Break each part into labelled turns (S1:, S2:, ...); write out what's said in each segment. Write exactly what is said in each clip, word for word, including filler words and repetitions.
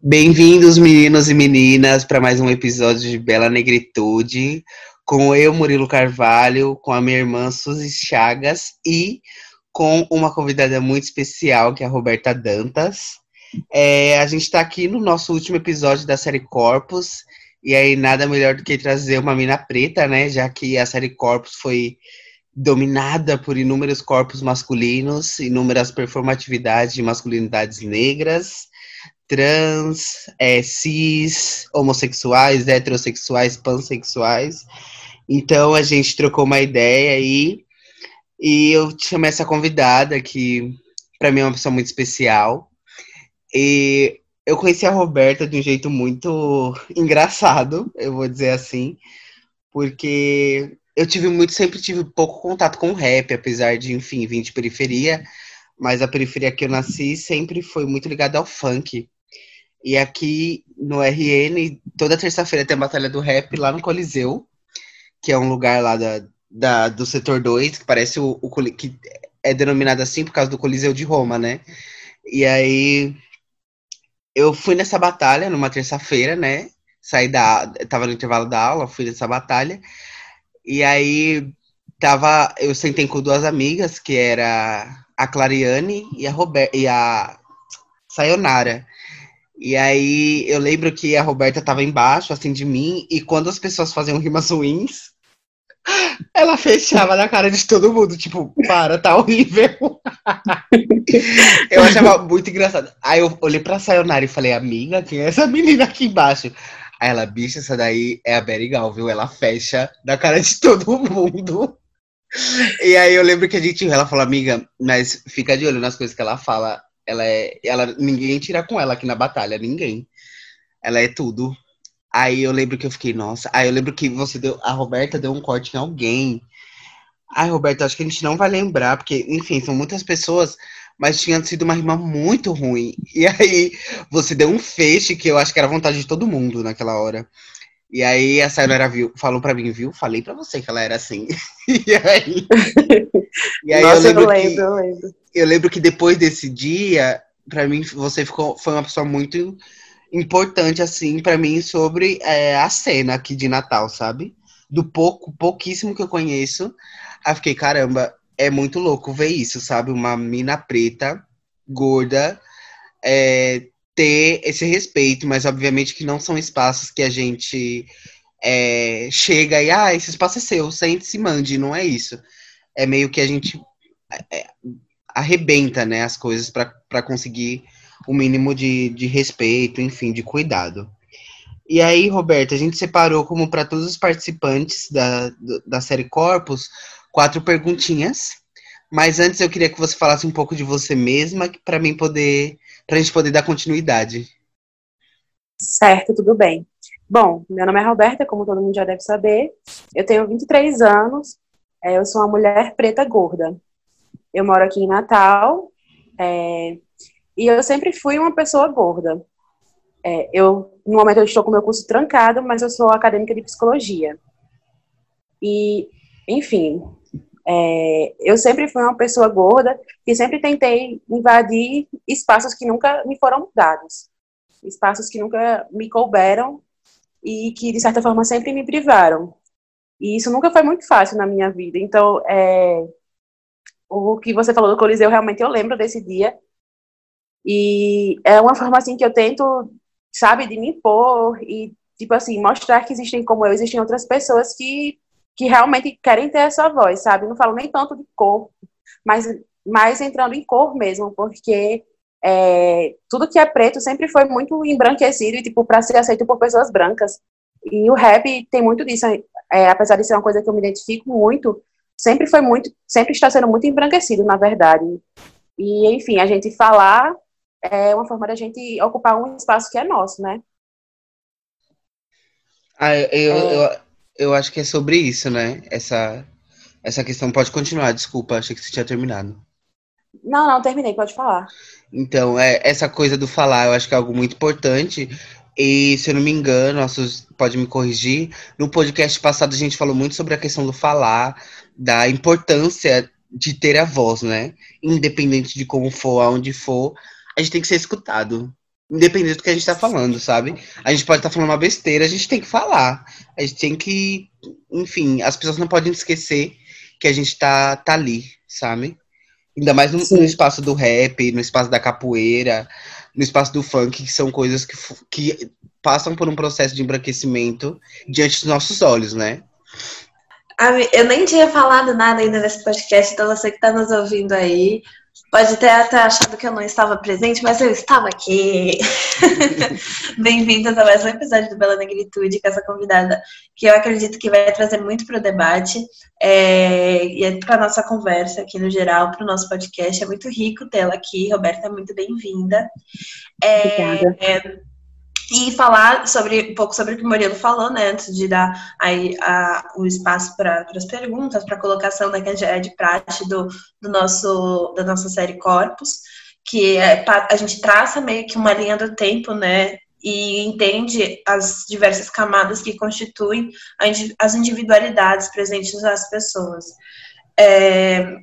S1: Bem-vindos, meninos e meninas, para mais um episódio de Bela Negritude, com eu, Murilo Carvalho, com a minha irmã Suzy Chagas e com uma convidada muito especial, que é a Roberta Dantas. É, a gente está aqui no nosso último episódio da série Corpus, e aí nada melhor do que trazer uma mina preta, né? Já que a série Corpus foi dominada por inúmeros corpos masculinos, inúmeras performatividades de masculinidades negras, trans, é, cis, homossexuais, heterossexuais, pansexuais. Então a gente trocou uma ideia aí e eu chamei essa convidada que para mim é uma pessoa muito especial. E eu conheci a Roberta de um jeito muito engraçado, eu vou dizer assim, porque eu tive muito, sempre tive pouco contato com rap, apesar de, enfim, vir de periferia, mas a periferia que eu nasci sempre foi muito ligada ao funk. E aqui no R N, toda terça-feira tem a Batalha do Rap lá no Coliseu, que é um lugar lá da, da, do setor dois, que parece o, o que é denominado assim por causa do Coliseu de Roma, né? E aí eu fui nessa batalha numa terça-feira, né? Saí da. Tava no intervalo da aula, fui nessa batalha. E aí tava. Eu sentei com duas amigas, que era a Clariane e a Roberta e a Sayonara. E aí eu lembro que a Roberta tava embaixo, assim, de mim, e quando as pessoas faziam rimas ruins, ela fechava na cara de todo mundo, tipo, para, tá horrível. Eu achava muito engraçado. Aí eu olhei pra Sayonara e falei, amiga, quem é essa menina aqui embaixo? Aí ela, bicha, essa daí é a Berigal, viu? Ela fecha na cara de todo mundo. E aí eu lembro que a gente, ela falou, amiga, mas fica de olho nas coisas que ela fala. Ela é, ela, ninguém tira com ela aqui na batalha, ninguém. Ela é tudo. Aí eu lembro que eu fiquei, nossa. Aí eu lembro que você deu, a Roberta deu um corte em alguém. Ai, Roberta, acho que a gente não vai lembrar, porque, enfim, são muitas pessoas, mas tinha sido uma rima muito ruim. E aí você deu um feixe que eu acho que era vontade de todo mundo naquela hora. E aí a Sayonara viu, falou pra mim, viu? Falei pra você que ela era assim. E aí, e aí eu
S2: Nossa, eu
S1: lembro
S2: lembro,
S1: que
S2: eu lembro.
S1: eu lembro que depois desse dia, pra mim, você ficou, foi uma pessoa muito importante, assim, pra mim, sobre é, a cena aqui de Natal, sabe? Do pouco, pouquíssimo que eu conheço. Aí eu fiquei, caramba, é muito louco ver isso, sabe? Uma mina preta, gorda, é, ter esse respeito, mas obviamente que não são espaços que a gente é, chega e, ah, esse espaço é seu, sente-se, mande, não é isso. É meio que a gente é, arrebenta, né, as coisas para conseguir o mínimo de, de respeito, enfim, de cuidado. E aí, Roberta, a gente separou, como para todos os participantes da, da série Corpus, quatro perguntinhas. Mas antes eu queria que você falasse um pouco de você mesma, para mim poder, para a gente poder dar continuidade.
S2: Certo, tudo bem. Bom, meu nome é Roberta, como todo mundo já deve saber. Eu tenho vinte e três anos, é, eu sou uma mulher preta gorda. Eu moro aqui em Natal, é, e eu sempre fui uma pessoa gorda. É, eu, no momento, eu estou com meu curso trancado, mas eu sou acadêmica de psicologia. E, enfim, é, eu sempre fui uma pessoa gorda e sempre tentei invadir espaços que nunca me foram dados. Espaços que nunca me couberam e que, de certa forma, sempre me privaram. E isso nunca foi muito fácil na minha vida. Então, é, o que você falou do Coliseu, realmente eu lembro desse dia. E é uma forma, assim, que eu tento, sabe, de me impor e, tipo assim, mostrar que existem, como eu, existem outras pessoas que, que realmente querem ter essa voz, sabe? Não falo nem tanto de corpo, mas mais entrando em cor mesmo, porque é, tudo que é preto sempre foi muito embranquecido e, tipo, para ser aceito por pessoas brancas. E o rap tem muito disso, é, apesar de ser uma coisa que eu me identifico muito, sempre foi muito, sempre está sendo muito embranquecido, na verdade. E, enfim, a gente falar é uma forma da gente ocupar um espaço que é nosso, né?
S1: Ah, eu,
S2: É,
S1: eu, eu acho que é sobre isso, né? Essa, essa questão pode continuar, desculpa, achei que você tinha terminado.
S2: não, não, terminei, pode falar.
S1: Então, é, essa coisa do falar, eu acho que é algo muito importante. E, se eu não me engano, nossos, pode me corrigir, no podcast passado a gente falou muito sobre a questão do falar, da importância de ter a voz, né? Independente de como for, aonde for, a gente tem que ser escutado. independente do que a gente tá falando, sabe? A gente pode estar falando uma besteira, a gente tem que falar. A gente tem que, enfim, as pessoas não podem esquecer que a gente tá, tá ali, sabe? Ainda mais no, no
S2: Sim.
S1: espaço do rap, no espaço da capoeira, no espaço do funk, que são coisas que, fu- que passam por um processo de embranquecimento diante dos nossos olhos, né?
S3: Ami, eu nem tinha falado nada ainda nesse podcast, então você que está nos ouvindo aí, pode ter até achado que eu não estava presente, mas eu estava aqui. Bem-vindos a mais um episódio do Bela Negritude, com essa convidada que eu acredito que vai trazer muito para o debate é, e é para a nossa conversa aqui no geral, para o nosso podcast. É muito rico tê-la aqui, Roberta, muito bem-vinda. É,
S2: Obrigada.
S3: é, E falar sobre um pouco sobre o que o Murilo falou, né, antes de dar aí a, o espaço para as perguntas, para a colocação, né, que já é de praxe do, do nosso, da nossa série Corpus, que é, a gente traça meio que uma linha do tempo, né, e entende as diversas camadas que constituem a, as individualidades presentes nas pessoas. É,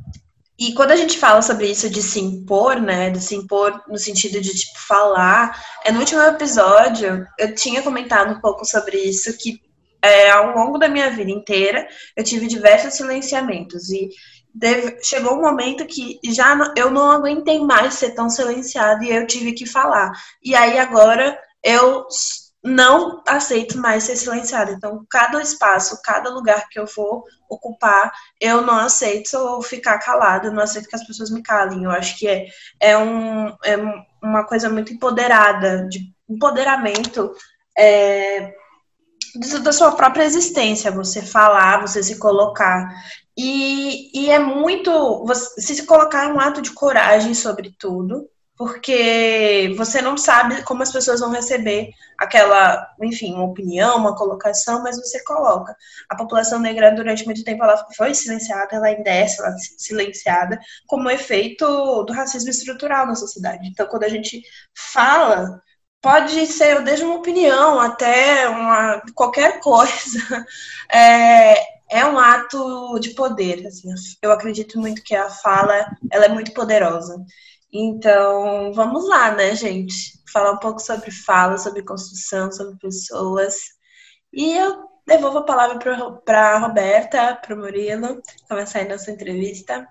S3: E quando a gente fala sobre isso de se impor, né, de se impor no sentido de, tipo, falar, é, no último episódio eu tinha comentado um pouco sobre isso, que é, ao longo da minha vida inteira eu tive diversos silenciamentos e deve, chegou um momento que já não, eu não aguentei mais ser tão silenciada e eu tive que falar. E aí agora eu não aceito mais ser silenciada. Então, cada espaço, cada lugar que eu vou ocupar, eu não aceito ficar calada, eu não aceito que as pessoas me calem. Eu acho que é, é, um, é uma coisa muito empoderada, de empoderamento é, da sua própria existência, você falar, você se colocar. E, e é muito. Você, se colocar é um ato de coragem, sobretudo, porque você não sabe como as pessoas vão receber aquela, enfim, uma opinião, uma colocação, mas você coloca. A população negra, durante muito tempo, ela foi silenciada, ela ainda é silenciada, como efeito do racismo estrutural na sociedade. Então, quando a gente fala, pode ser desde uma opinião até uma, qualquer coisa, é, é um ato de poder. Assim, eu acredito muito que a fala ela é muito poderosa. Então, vamos lá, né, gente? Falar um pouco sobre fala, sobre construção, sobre pessoas. E eu devolvo a palavra para a Roberta, para o Murilo, começar a nossa entrevista.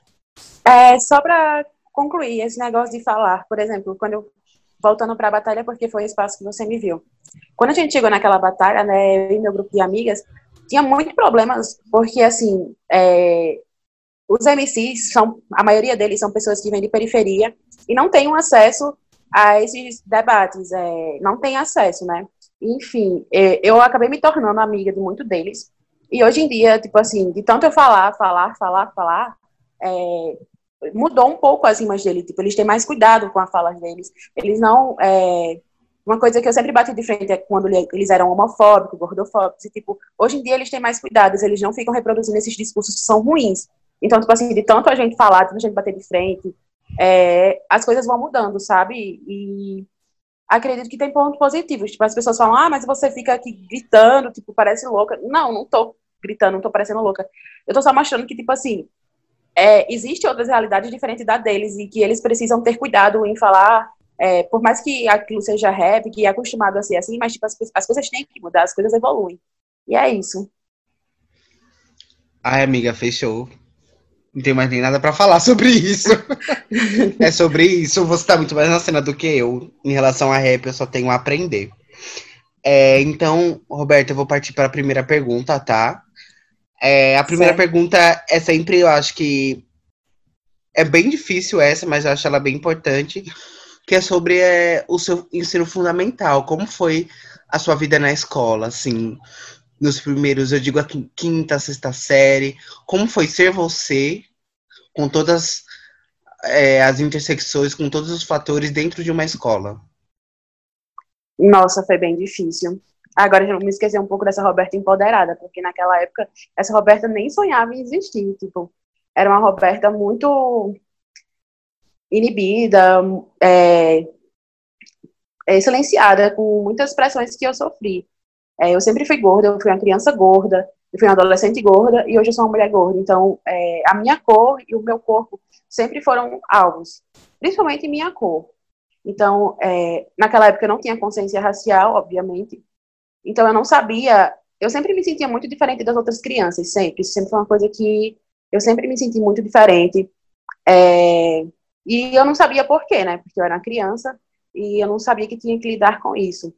S2: É, só para concluir esse negócio de falar, por exemplo, quando eu, voltando para a batalha, porque foi o espaço que você me viu. Quando a gente chegou naquela batalha, né, eu e meu grupo de amigas, tinha muitos problemas, porque, assim, é, os M Cs, são, a maioria deles são pessoas que vêm de periferia e não têm um acesso a esses debates, é, não tem acesso, né? Enfim, é, eu acabei me tornando amiga de muitos deles. E hoje em dia, tipo assim, de tanto eu falar, falar, falar, falar, é, mudou um pouco as rimas dele. Tipo, eles têm mais cuidado com as falas deles. Eles não... É, uma coisa que eu sempre bati de frente é quando eles eram homofóbicos, gordofóbicos, e, tipo, hoje em dia eles têm mais cuidados, eles não ficam reproduzindo esses discursos que são ruins. Então, tipo assim, de tanto a gente falar, de tanto a gente bater de frente, é, as coisas vão mudando, sabe? E acredito que tem pontos positivos. Tipo, as pessoas falam, ah, mas você fica aqui gritando, tipo, parece louca. Não, não tô gritando, não tô parecendo louca. Eu tô só mostrando que, tipo assim, é, existem outras realidades diferentes da deles e que eles precisam ter cuidado em falar, é, por mais que aquilo seja rap, que é acostumado a ser assim, mas, tipo, as, as coisas têm que mudar, as coisas evoluem. E é isso.
S1: Ai, amiga, fechou. Não tenho mais nem nada pra falar sobre isso. É sobre isso. Você tá muito mais na cena do que eu. Em relação a rap, eu só tenho a aprender. É, então, Roberto, eu vou partir para a primeira pergunta, tá? É, a primeira
S2: Certo.
S1: pergunta é sempre, eu acho que é bem difícil essa, mas eu acho ela bem importante, que é sobre é, o seu ensino fundamental. Como foi a sua vida na escola, assim, nos primeiros, eu digo a quinta, sexta série. Como foi ser você, com todas é, as intersecções, com todos os fatores dentro de uma escola?
S2: Nossa, foi bem difícil. Agora já vou me esquecer um pouco dessa Roberta empoderada, porque naquela época essa Roberta nem sonhava em existir, tipo, era uma Roberta muito inibida, é, é, silenciada, com muitas pressões que eu sofri. É, eu sempre fui gorda, eu fui uma criança gorda, eu fui uma adolescente gorda e hoje eu sou uma mulher gorda. Então, é, a minha cor e o meu corpo sempre foram alvos, principalmente minha cor. Então, é, naquela época eu não tinha consciência racial, obviamente. Então, eu não sabia. Eu sempre me sentia muito diferente das outras crianças, sempre. Isso sempre foi uma coisa que eu sempre me senti muito diferente. É, e eu não sabia por quê, né? Porque eu era uma criança e eu não sabia que tinha que lidar com isso.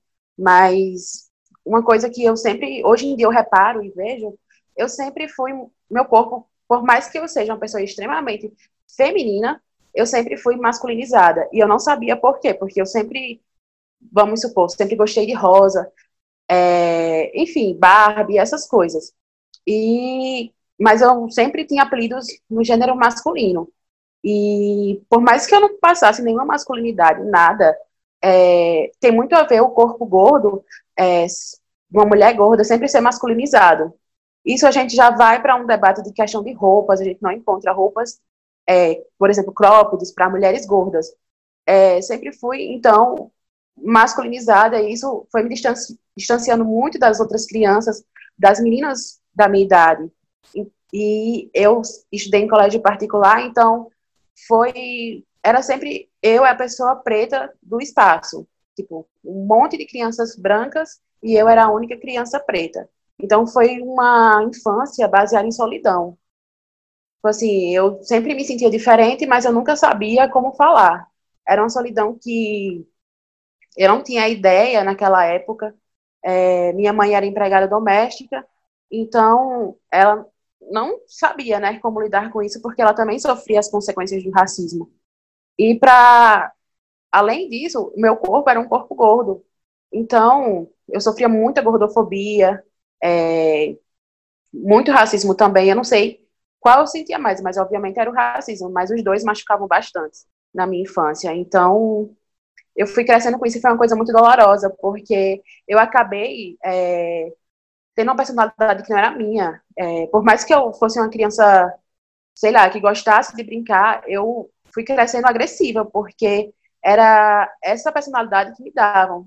S2: Mas uma coisa que eu sempre, hoje em dia eu reparo e vejo, eu sempre fui, meu corpo, por mais que eu seja uma pessoa extremamente feminina, eu sempre fui masculinizada. E eu não sabia por quê, porque eu sempre, vamos supor, sempre gostei de rosa, é, enfim, Barbie, essas coisas. E, mas eu sempre tinha apelidos no gênero masculino. E por mais que eu não passasse nenhuma masculinidade, nada, é, tem muito a ver o corpo gordo, é, uma mulher gorda sempre ser masculinizado. Isso a gente já vai para um debate de questão de roupas, a gente não encontra roupas, é, por exemplo, croppeds para mulheres gordas. É, sempre fui, então, masculinizada, e isso foi me distanci distanciando muito das outras crianças, das meninas da minha idade. E, e eu estudei em colégio particular, então foi, era sempre eu, a pessoa preta do espaço, tipo, um monte de crianças brancas e eu era a única criança preta. Então foi uma infância baseada em solidão. Tipo assim, eu sempre me sentia diferente, mas eu nunca sabia como falar. Era uma solidão que eu não tinha ideia naquela época. É, minha mãe era empregada doméstica, então ela não sabia, né, como lidar com isso, porque ela também sofria as consequências do racismo. E para além disso, o meu corpo era um corpo gordo. Então, eu sofria muita gordofobia, é, muito racismo também. Eu não sei qual eu sentia mais, mas obviamente era o racismo, mas os dois machucavam bastante na minha infância. Então, eu fui crescendo com isso e foi uma coisa muito dolorosa, porque eu acabei é, tendo uma personalidade que não era minha. É, por mais que eu fosse uma criança, sei lá, que gostasse de brincar, eu fui crescendo agressiva, porque era essa personalidade que me davam.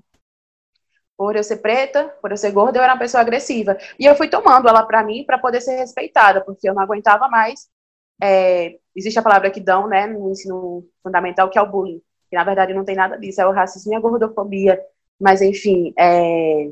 S2: Por eu ser preta, por eu ser gorda, eu era uma pessoa agressiva. E eu fui tomando ela para mim para poder ser respeitada, porque eu não aguentava mais. É, existe a palavra que dão, né, no ensino fundamental, que é o bullying. Que na verdade não tem nada disso, é o racismo e a gordofobia. Mas, enfim, é,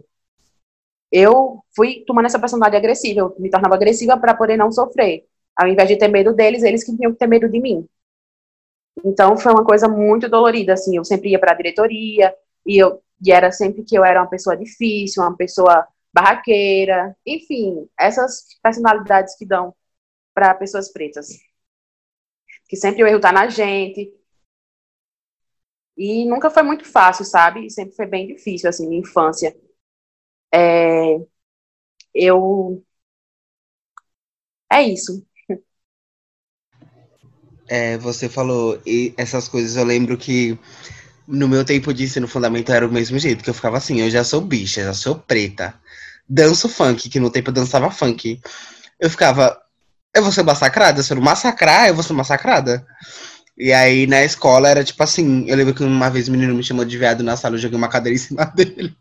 S2: eu fui tomando essa personalidade agressiva. Eu me tornava agressiva para poder não sofrer. Ao invés de ter medo deles, eles que tinham que ter medo de mim. Então, foi uma coisa muito dolorida, assim. Eu sempre ia para a diretoria e eu e era sempre que eu era uma pessoa difícil, uma pessoa barraqueira, enfim, essas personalidades que dão para pessoas pretas. Que sempre o erro tá na gente. E nunca foi muito fácil, sabe? Sempre foi bem difícil, assim, minha infância. É, eu... É isso.
S1: É, você falou e essas coisas, eu lembro que no meu tempo de ensino fundamental era o mesmo jeito, que eu ficava assim, eu já sou bicha, já sou preta, danço funk, que no tempo eu dançava funk. Eu ficava, eu vou ser massacrada, se eu não massacrar, eu vou ser massacrada. E aí na escola era tipo assim, eu lembro que uma vez o menino me chamou de viado na sala, eu joguei uma cadeira em cima dele.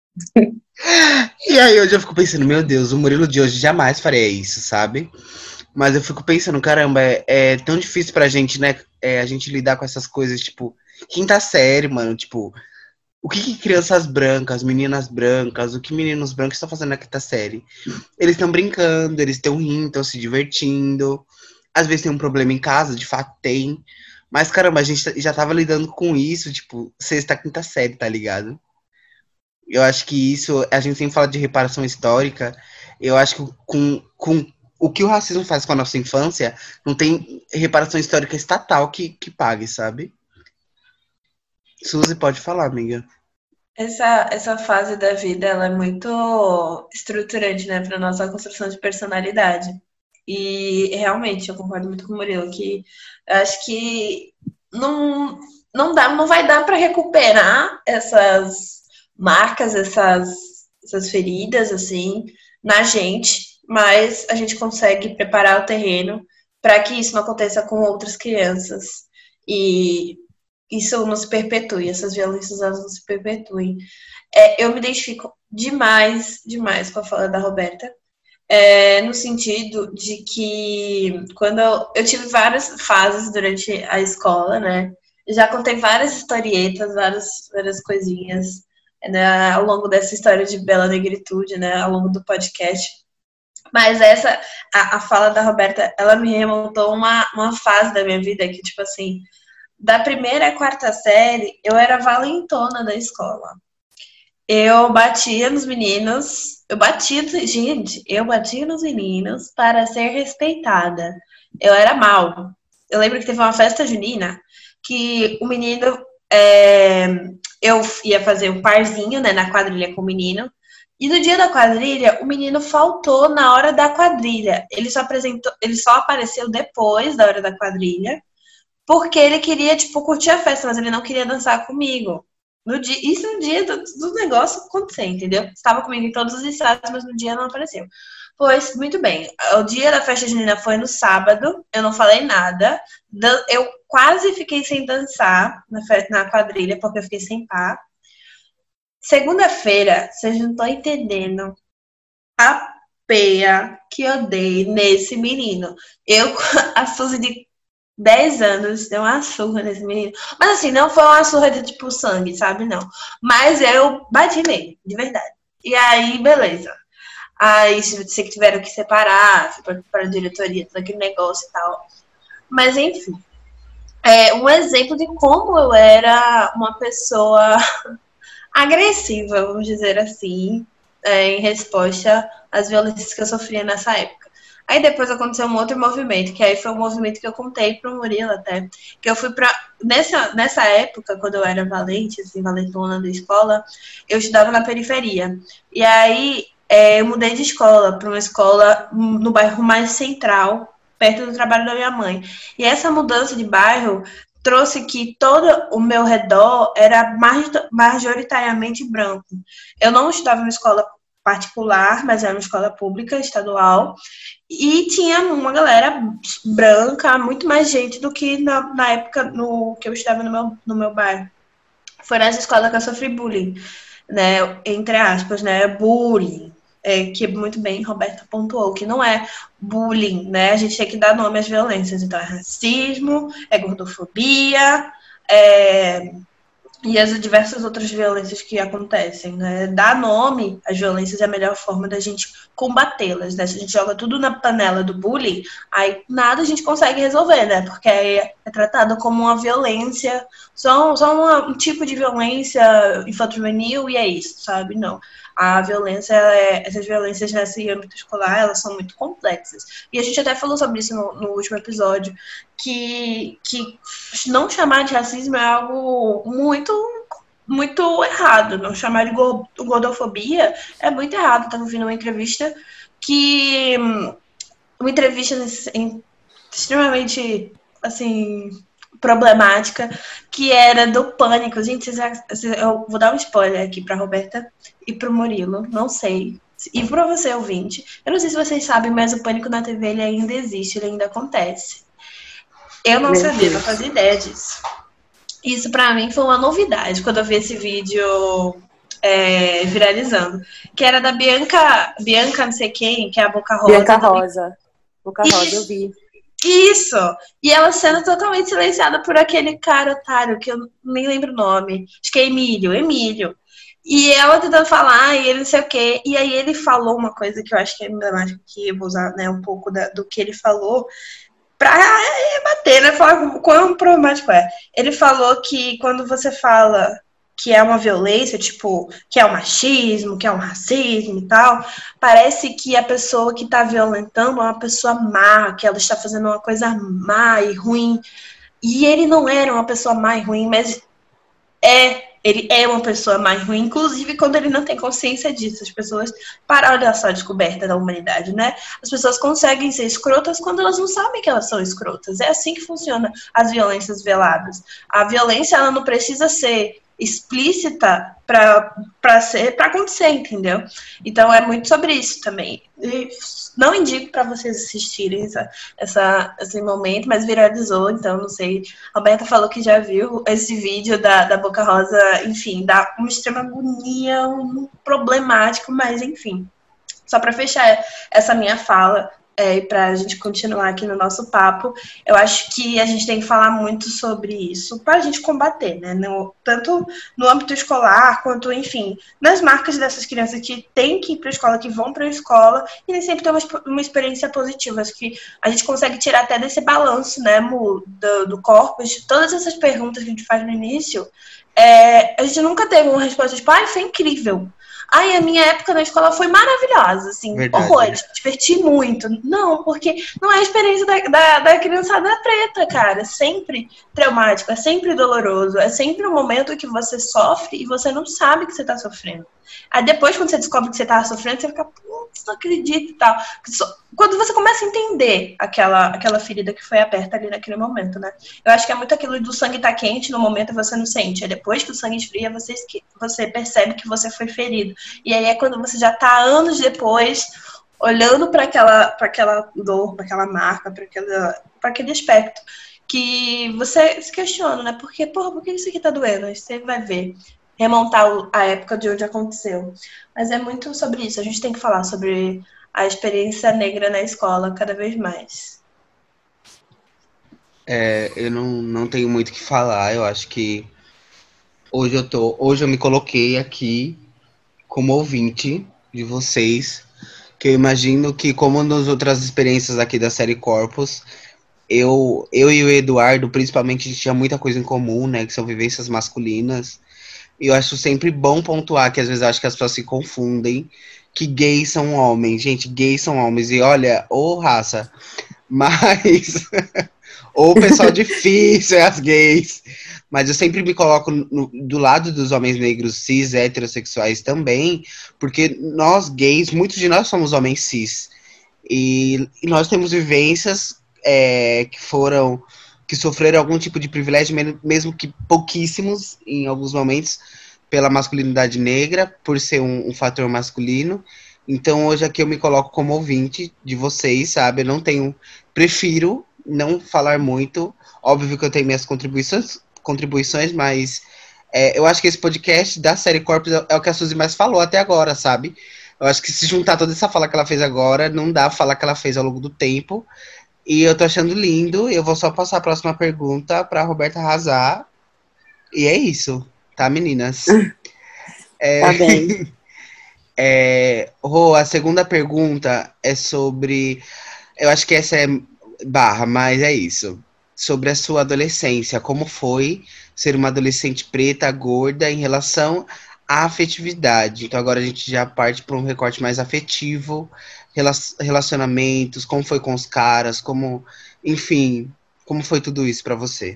S1: E aí hoje eu fico pensando, meu Deus, o Murilo de hoje jamais faria isso, sabe? Mas eu fico pensando, caramba, é, é tão difícil pra gente, né? É, a gente lidar com essas coisas, tipo, quinta série, mano, tipo, o que, que crianças brancas, meninas brancas, o que meninos brancos estão fazendo na quinta série? Eles estão brincando, eles estão rindo, estão se divertindo. Às vezes tem um problema em casa, de fato tem. Mas, caramba, a gente já tava lidando com isso, tipo, sexta, quinta série, tá ligado? Eu acho que isso, a gente sempre fala de reparação histórica, eu acho que com, com o que o racismo faz com a nossa infância, não tem reparação histórica estatal que, que pague, sabe? Suzy, pode falar, amiga.
S3: Essa, essa fase da vida, ela é muito estruturante, né, para nossa construção de personalidade. E realmente, eu concordo muito com o Murilo, que eu acho que não, não dá, não vai dar para recuperar essas marcas, essas, essas feridas, assim, na gente, mas a gente consegue preparar o terreno para que isso não aconteça com outras crianças. E isso não se perpetue, essas violências elas não se perpetuem. É, eu me identifico demais, demais com a fala da Roberta, é, no sentido de que quando eu, eu tive várias fases durante a escola, né? já contei várias historietas, várias, várias coisinhas, né, ao longo dessa história de Bela Negritude, né, ao longo do podcast. Mas essa, a, a fala da Roberta, ela me remontou uma, uma fase da minha vida que, tipo assim, da primeira à quarta série, eu era valentona da escola. Eu batia nos meninos, eu batia, gente, eu batia nos meninos para ser respeitada. Eu era mal. Eu lembro que teve uma festa junina que o menino, é, eu ia fazer um parzinho, né, na quadrilha com o menino. E no dia da quadrilha, o menino faltou na hora da quadrilha. Ele só apresentou, ele só apareceu depois da hora da quadrilha, porque ele queria, tipo, curtir a festa, mas ele não queria dançar comigo. No dia, isso no dia do, do negócio acontecer, entendeu? Estava comigo em todos os estados, mas no dia não apareceu. Pois, muito bem. O dia da festa junina foi no sábado, eu não falei nada. Eu quase fiquei sem dançar na, festa, na quadrilha, porque eu fiquei sem par. Segunda-feira, vocês não estão entendendo a peia que eu dei nesse menino. Eu, a Suzy de dez anos, deu uma surra nesse menino. Mas assim, não foi uma surra de tipo sangue, sabe? Não. Mas eu bati nele, de verdade. E aí, beleza. Aí, sei que tiveram que separar, fui para a diretoria, todo aquele negócio e tal. Mas, enfim. É um exemplo de como eu era uma pessoa agressiva, vamos dizer assim, é, em resposta às violências que eu sofria nessa época. Aí depois aconteceu um outro movimento, que aí foi um movimento que eu contei pro Murilo até, que eu fui pra... Nessa, nessa época, quando eu era valente, assim, valentona da escola, eu estudava na periferia. E aí é, eu mudei de escola para uma escola no bairro mais central, perto do trabalho da minha mãe. E essa mudança de bairro trouxe que todo o meu redor era majoritariamente branco. Eu não estudava em uma escola particular, mas era uma escola pública, estadual, e tinha uma galera branca, muito mais gente do que na, na época no, que eu estava no meu, no meu bairro. Foi nessa escola que eu sofri bullying, né, entre aspas, né, bullying, é, que muito bem Roberta pontuou, que não é bullying, né, a gente tem que dar nome às violências, então é racismo, é gordofobia, é... e as diversas outras violências que acontecem, né? Dar nome às violências é a melhor forma da gente combatê-las, né? Se a gente joga tudo na panela do bullying, aí nada a gente consegue resolver, né? Porque é, é tratado como uma violência, só, só uma, um tipo de violência infanto-juvenil e é isso, sabe? Não. A violência, é, essas violências nesse âmbito escolar, elas são muito complexas. E a gente até falou sobre isso no, no último episódio, que, que não chamar de racismo é algo muito, muito errado. Não chamar de gordofobia é muito errado. Estava ouvindo uma entrevista que... Uma entrevista extremamente, assim... problemática, que era do Pânico. Gente, eu vou dar um spoiler aqui pra Roberta e pro Murilo, não sei. E pra você, ouvinte, eu não sei se vocês sabem, mas o Pânico na T V ele ainda existe, ele ainda acontece. Eu não Meu sabia, Deus. Não fazia ideia disso. Isso pra mim foi uma novidade quando eu vi esse vídeo é, viralizando. Que era da Bianca, Bianca não sei quem, que é a Boca Rosa.
S2: Bianca Rosa. Boca Rosa, eu vi.
S3: Isso! E ela sendo totalmente silenciada por aquele cara otário, que eu nem lembro o nome. Acho que é Emílio, Emílio. E ela tentando falar, e ele não sei o quê. E aí ele falou uma coisa que eu acho que é emblemática, que eu vou usar, né, um pouco da, do que ele falou, pra bater, né? Falar o quão problemático é. Ele falou que quando você fala que é uma violência, tipo, que é um machismo, que é um racismo e tal, parece que a pessoa que está violentando é uma pessoa má, que ela está fazendo uma coisa má e ruim. E ele não era uma pessoa má e ruim, mas é, ele é uma pessoa má e ruim, inclusive quando ele não tem consciência disso. As pessoas, para olhar só a descoberta da humanidade, né? As pessoas conseguem ser escrotas quando elas não sabem que elas são escrotas. É assim que funciona as violências veladas. A violência, ela não precisa ser explícita para ser para acontecer, entendeu? Então é muito sobre isso também. E não indico para vocês assistirem essa, essa, esse momento, mas viralizou, então não sei. A Roberta falou que já viu esse vídeo da, da Boca Rosa, enfim, dá uma extrema agonia, um problemático, mas enfim. Só para fechar essa minha fala, é, para a gente continuar aqui no nosso papo, eu acho que a gente tem que falar muito sobre isso para a gente combater, né? No, tanto no âmbito escolar, quanto, enfim, nas marcas dessas crianças que têm que ir para a escola, que vão para a escola, e nem sempre tem uma, uma experiência positiva. Acho que a gente consegue tirar até desse balanço, né, Mu, do, do corpus, de todas essas perguntas que a gente faz no início. É, a gente nunca teve uma resposta tipo, ai, foi incrível. Ai, a minha época na escola foi maravilhosa, assim,
S1: Verdade.
S3: horrores, me diverti muito. Não, porque não é a experiência da, da, da criançada preta, cara. É sempre traumático, é sempre doloroso, é sempre um momento que você sofre e você não sabe que você tá sofrendo. Aí depois, quando você descobre que você tava sofrendo, você fica, putz, não acredito e tal. Quando você começa a entender aquela, aquela ferida que foi aberta ali naquele momento, né? Eu acho que é muito aquilo do sangue tá quente, no momento você não sente. É depois que o sangue esfria, você, você percebe que você foi ferido. E aí é quando você já tá anos depois, olhando para aquela, para aquela dor, para aquela marca, para aquele aspecto, que você se questiona, né? Porque, porra, por que isso aqui tá doendo? Aí você vai ver. Remontar a época de onde aconteceu. Mas é muito sobre isso. A gente tem que falar sobre a experiência negra na escola cada vez mais.
S1: É, eu não, não tenho muito o que falar. Eu acho que hoje eu tô, hoje eu me coloquei aqui como ouvinte de vocês, que eu imagino que, como nas outras experiências aqui da série Corpus, eu, eu e o Eduardo, principalmente, a gente tinha muita coisa em comum, né? Que são vivências masculinas. E eu acho sempre bom pontuar que às vezes eu acho que as pessoas se confundem, que gays são homens. Gente, gays são homens. E olha, ô raça, mas... ou pessoal difícil é as gays. Mas eu sempre me coloco no, do lado dos homens negros cis, heterossexuais também, porque nós gays, muitos de nós somos homens cis. E, e nós temos vivências é, que foram... que sofreram algum tipo de privilégio, mesmo que pouquíssimos, em alguns momentos, pela masculinidade negra, por ser um, um fator masculino. Então, hoje aqui eu me coloco como ouvinte de vocês, sabe? Eu não tenho... Prefiro não falar muito. Óbvio que eu tenho minhas contribuições, contribuições mas é, eu acho que esse podcast da série Corpus é o que a Suzy mais falou até agora, sabe? Eu acho que se juntar toda essa fala que ela fez agora, não dá a fala que ela fez ao longo do tempo. E eu tô achando lindo. Eu vou só passar a próxima pergunta pra Roberta arrasar. E é isso, tá, meninas? É,
S2: Tá bem.
S1: é, Rô, a segunda pergunta é sobre... Eu acho que essa é barra, mas é isso. Sobre a sua adolescência. Como foi ser uma adolescente preta, gorda, em relação à afetividade? Então agora a gente já parte para um recorte mais afetivo. Relacionamentos, como foi com os caras, como, enfim, como foi tudo isso pra você?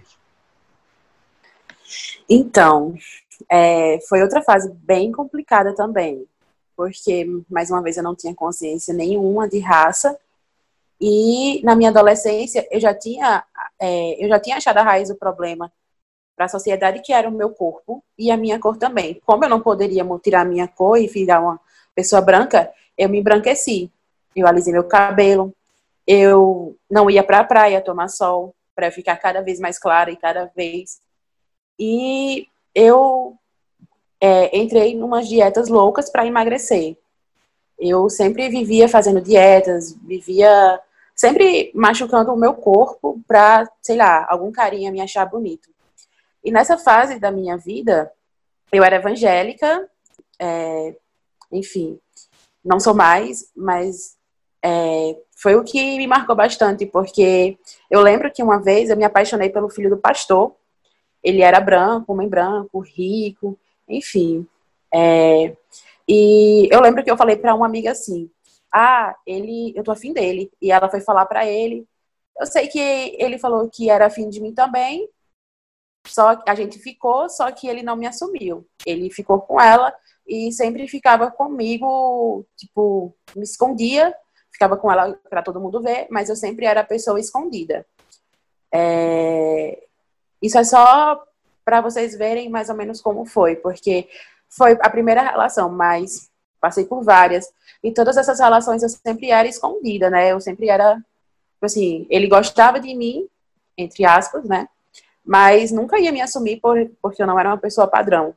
S2: Então, é, foi outra fase bem complicada também, porque, mais uma vez, eu não tinha consciência nenhuma de raça, e na minha adolescência eu já tinha, é, eu já tinha achado a raiz do problema para a sociedade, que era o meu corpo e a minha cor também. Como eu não poderia tirar a minha cor e virar uma pessoa branca, eu me embranqueci. Eu alisei meu cabelo, eu não ia para a praia tomar sol, para ficar cada vez mais clara e cada vez. E eu é, entrei em umas dietas loucas para emagrecer. Eu sempre vivia fazendo dietas, vivia sempre machucando o meu corpo para, sei lá, algum carinha me achar bonito. E nessa fase da minha vida, eu era evangélica, é, enfim, não sou mais, mas é, foi o que me marcou bastante, porque eu lembro que uma vez eu me apaixonei pelo filho do pastor. Ele era branco, homem branco, rico, enfim. É, e eu lembro que eu falei para uma amiga assim, ah, ele, eu tô afim dele. E ela foi falar para ele. Eu sei que ele falou que era afim de mim também, só que a gente ficou, só que ele não me assumiu. Ele ficou com ela e sempre ficava comigo, tipo, me escondia, ficava com ela para todo mundo ver, mas eu sempre era a pessoa escondida. É... Isso é só para vocês verem mais ou menos como foi, porque foi a primeira relação, mas passei por várias. E todas essas relações eu sempre era escondida, né? Eu sempre era, assim, ele gostava de mim, entre aspas, né? Mas nunca ia me assumir por, porque eu não era uma pessoa padrão.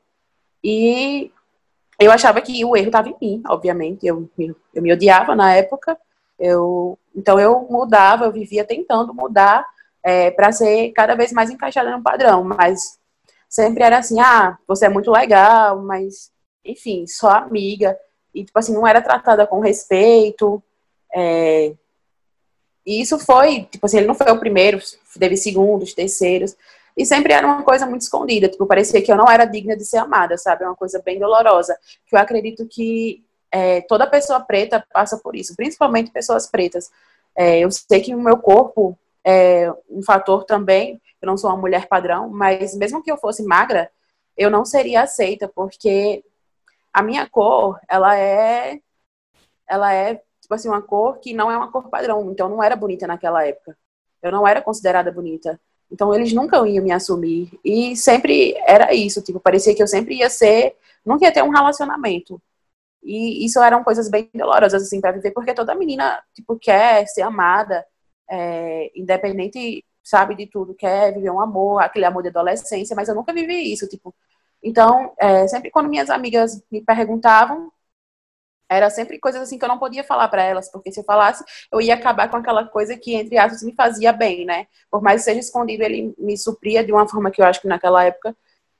S2: E eu achava que o erro estava em mim, obviamente. Eu, eu me odiava na época, Eu, então eu mudava, eu vivia tentando mudar é, para ser cada vez mais encaixada no padrão, mas sempre era assim, ah, você é muito legal, mas, enfim, só amiga. E, tipo assim, não era tratada com respeito. É, e isso foi, tipo assim, ele não foi o primeiro, teve segundos, terceiros. E sempre era uma coisa muito escondida. Tipo, parecia que eu não era digna de ser amada, sabe? É uma coisa bem dolorosa. Que eu acredito que é, toda pessoa preta passa por isso, principalmente pessoas pretas. É, eu sei que o meu corpo é um fator também. Eu não sou uma mulher padrão, mas mesmo que eu fosse magra, eu não seria aceita, porque a minha cor, ela é, ela é, tipo assim, uma cor que não é uma cor padrão. Então, não era bonita naquela época. Eu não era considerada bonita. Então, eles nunca iam me assumir. E sempre era isso. Tipo, parecia que eu sempre ia ser... Nunca ia ter um relacionamento. E isso eram coisas bem dolorosas, assim, pra viver. Porque toda menina, tipo, quer ser amada. É, independente, sabe, de tudo. Quer viver um amor, aquele amor de adolescência. Mas eu nunca vivi isso, tipo... Então, é, sempre quando minhas amigas me perguntavam, era sempre coisas assim que eu não podia falar para elas, porque se eu falasse, eu ia acabar com aquela coisa que, entre aspas, me fazia bem, né? Por mais que seja escondido, ele me supria de uma forma que eu acho que naquela época,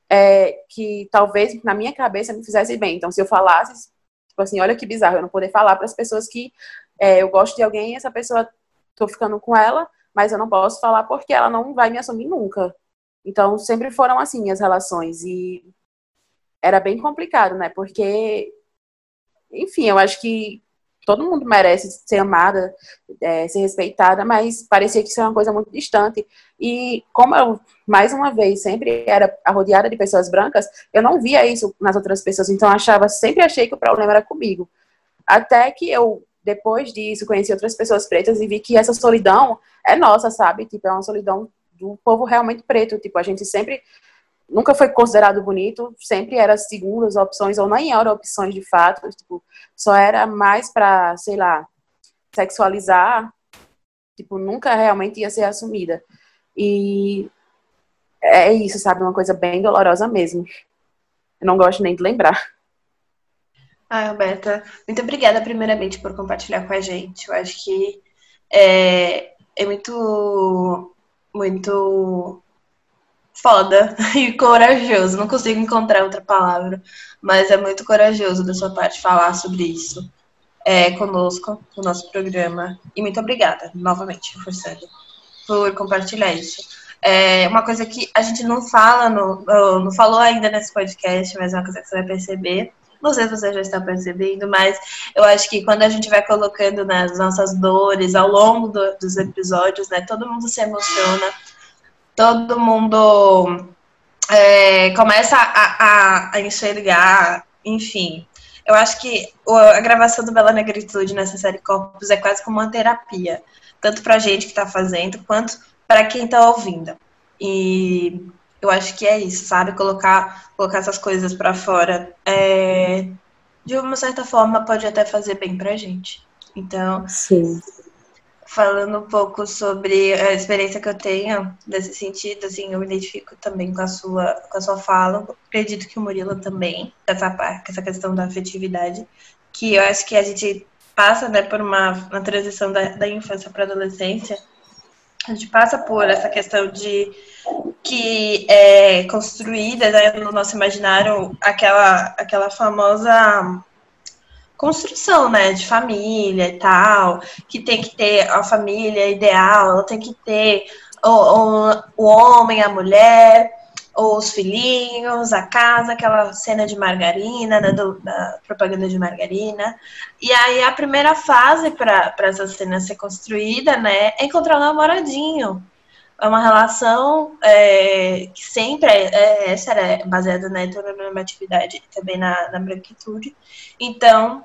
S2: é, que talvez na minha cabeça me fizesse bem. Então, se eu falasse, tipo assim, olha que bizarro, eu não poder falar para as pessoas que é, eu gosto de alguém e essa pessoa, tô ficando com ela, mas eu não posso falar porque ela não vai me assumir nunca. Então, sempre foram assim as relações. E era bem complicado, né? Porque, enfim, eu acho que todo mundo merece ser amada, é, ser respeitada, mas parecia que isso era uma coisa muito distante. E como eu, mais uma vez, sempre era rodeada de pessoas brancas, eu não via isso nas outras pessoas. Então, eu achava, sempre achei que o problema era comigo. Até que eu, depois disso, conheci outras pessoas pretas e vi que essa solidão é nossa, sabe? Tipo, é uma solidão do povo realmente preto. Tipo, a gente sempre... Nunca foi considerado bonito, sempre era segundas opções, ou nem eram opções de fato, tipo, só era mais pra, sei lá, sexualizar, tipo, nunca realmente ia ser assumida. E é isso, sabe, uma coisa bem dolorosa mesmo. Eu não gosto nem de lembrar.
S3: Ah, Roberta, muito obrigada primeiramente por compartilhar com a gente. Eu acho que é, é muito, muito foda e corajoso. Não consigo encontrar outra palavra, mas é muito corajoso da sua parte falar sobre isso é, conosco, no nosso programa. E muito obrigada, novamente, reforçando, por compartilhar isso. É uma coisa que a gente não fala, no, não falou ainda nesse podcast, mas é uma coisa que você vai perceber. Não sei se você já está percebendo, mas eu acho que quando a gente vai colocando nas nossas dores ao longo do, dos episódios, né, todo mundo se emociona, todo mundo é, começa a, a, a enxergar, enfim. Eu acho que a gravação do Bela Negritude nessa série Corpos é quase como uma terapia, tanto para a gente que está fazendo, quanto para quem está ouvindo. E eu acho que é isso, sabe? Colocar, colocar essas coisas para fora, é, de uma certa forma, pode até fazer bem para a gente. Então,
S2: sim,
S3: falando um pouco sobre a experiência que eu tenho nesse sentido, assim, eu me identifico também com a sua, com a sua fala. Acredito que o Murilo também, essa, essa questão da afetividade, que eu acho que a gente passa, né, por uma, uma transição da, da infância para a adolescência. A gente passa por essa questão de que é construída, né, no nosso imaginário aquela, aquela famosa construção, né, de família e tal, que tem que ter a família ideal, ela tem que ter o, o, o homem, a mulher, os filhinhos, a casa, aquela cena de margarina, né, do, da propaganda de margarina. E aí a primeira fase para essa cena ser construída, né, é encontrar um namoradinho. É uma relação é, que sempre é, é, essa era baseada na heteronormatividade e também na, na branquitude. Então,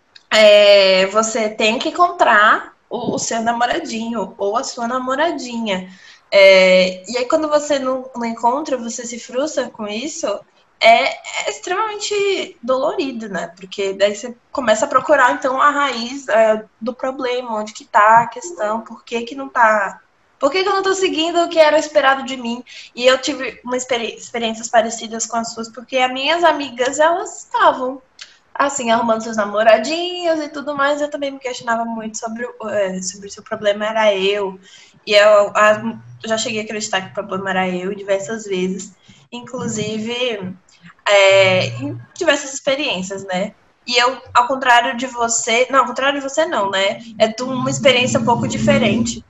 S3: é, você tem que encontrar o, o seu namoradinho ou a sua namoradinha. É, e aí, quando você não, não encontra, você se frustra com isso, é, é extremamente dolorido, né? Porque daí você começa a procurar, então, a raiz é, do problema, onde que tá a questão, por que que não tá... Por que que eu não tô seguindo o que era esperado de mim? E eu tive uma experi experiências parecidas com as suas, porque as minhas amigas, elas estavam assim, arrumando seus namoradinhos e tudo mais, eu também me questionava muito sobre, o- é, sobre se o problema era eu. E eu, a- já cheguei a acreditar que o problema era eu diversas vezes, inclusive é, em diversas experiências, né? E eu, ao contrário de você, não, ao contrário de você não, né? É de uma experiência um pouco diferente.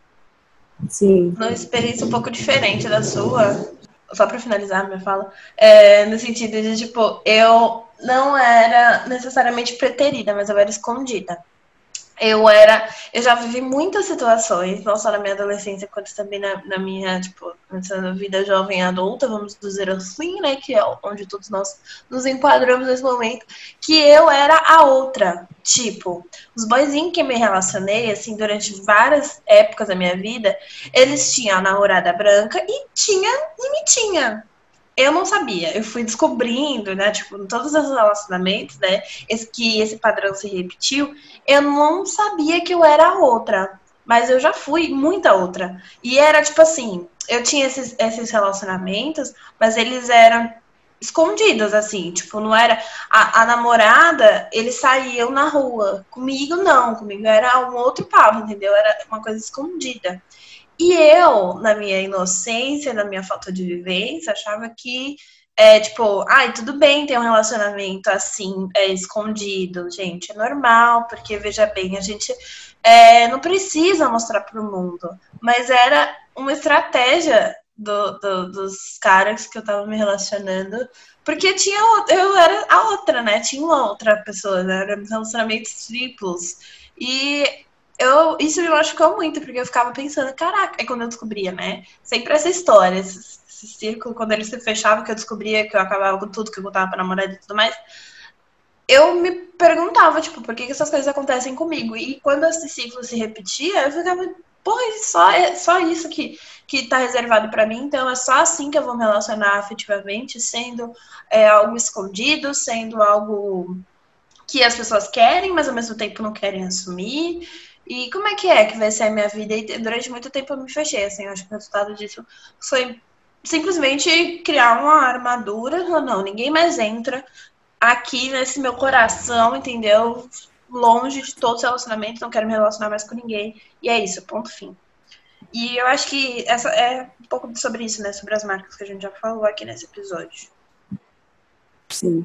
S2: Sim,
S3: Uma experiência um pouco diferente da sua, só para finalizar a minha fala, é, no sentido de, tipo, eu não era necessariamente preterida, mas eu era escondida. Eu era, eu já vivi muitas situações, não só na minha adolescência, quanto também na, na minha, tipo, nessa vida jovem adulta, vamos dizer assim, né, que é onde todos nós nos enquadramos nesse momento, que eu era a outra. Tipo, os boyzinhos que me relacionei, assim, durante várias épocas da minha vida, eles tinham a namorada branca e tinha e me tinha. Eu não sabia, eu fui descobrindo, né, tipo, em todos os relacionamentos, né, esse, que esse padrão se repetiu, eu não sabia que eu era outra, mas eu já fui muita outra. E era tipo assim, eu tinha esses, esses relacionamentos, mas eles eram escondidos, assim, tipo, não era a, a namorada, eles saíam na rua. Comigo não, comigo era um outro papo, entendeu? Era uma coisa escondida. E eu, na minha inocência, na minha falta de vivência, achava que, é, tipo, ai, tudo bem ter um relacionamento assim, é, escondido, gente, é normal, porque, veja bem, a gente é, não precisa mostrar para o mundo, mas era uma estratégia do, do, dos caras que eu tava me relacionando, porque tinha, eu era a outra, né, tinha uma outra pessoa, né, eram relacionamentos triplos, e eu, isso me machucou muito, porque eu ficava pensando, caraca, é quando eu descobria, né? Sempre essa história, esse, esse círculo, quando ele se fechava, que eu descobria que eu acabava com tudo, que eu voltava pra namorada e tudo mais, eu me perguntava, tipo, por que, que essas coisas acontecem comigo? E quando esse ciclo se repetia, eu ficava, porra, só, é só isso que, que tá reservado pra mim, então é só assim que eu vou me relacionar afetivamente, sendo é, algo escondido, sendo algo que as pessoas querem, mas ao mesmo tempo não querem assumir. E como é que é que vai ser a minha vida? E durante muito tempo eu me fechei, assim, eu acho que o resultado disso foi simplesmente criar uma armadura. Não, não, ninguém mais entra aqui nesse meu coração, entendeu? Longe de todos os relacionamentos, não quero me relacionar mais com ninguém. E é isso, ponto fim. E eu acho que essa é um pouco sobre isso, né? Sobre as marcas que a gente já falou aqui nesse episódio.
S2: sim.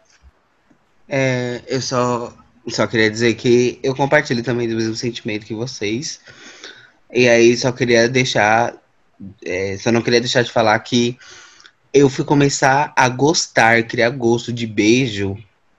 S1: É, eu só, só queria dizer que eu compartilho também do mesmo sentimento que vocês. E aí só queria deixar, é, só não queria deixar de falar que eu fui começar a gostar, criar gosto de beijo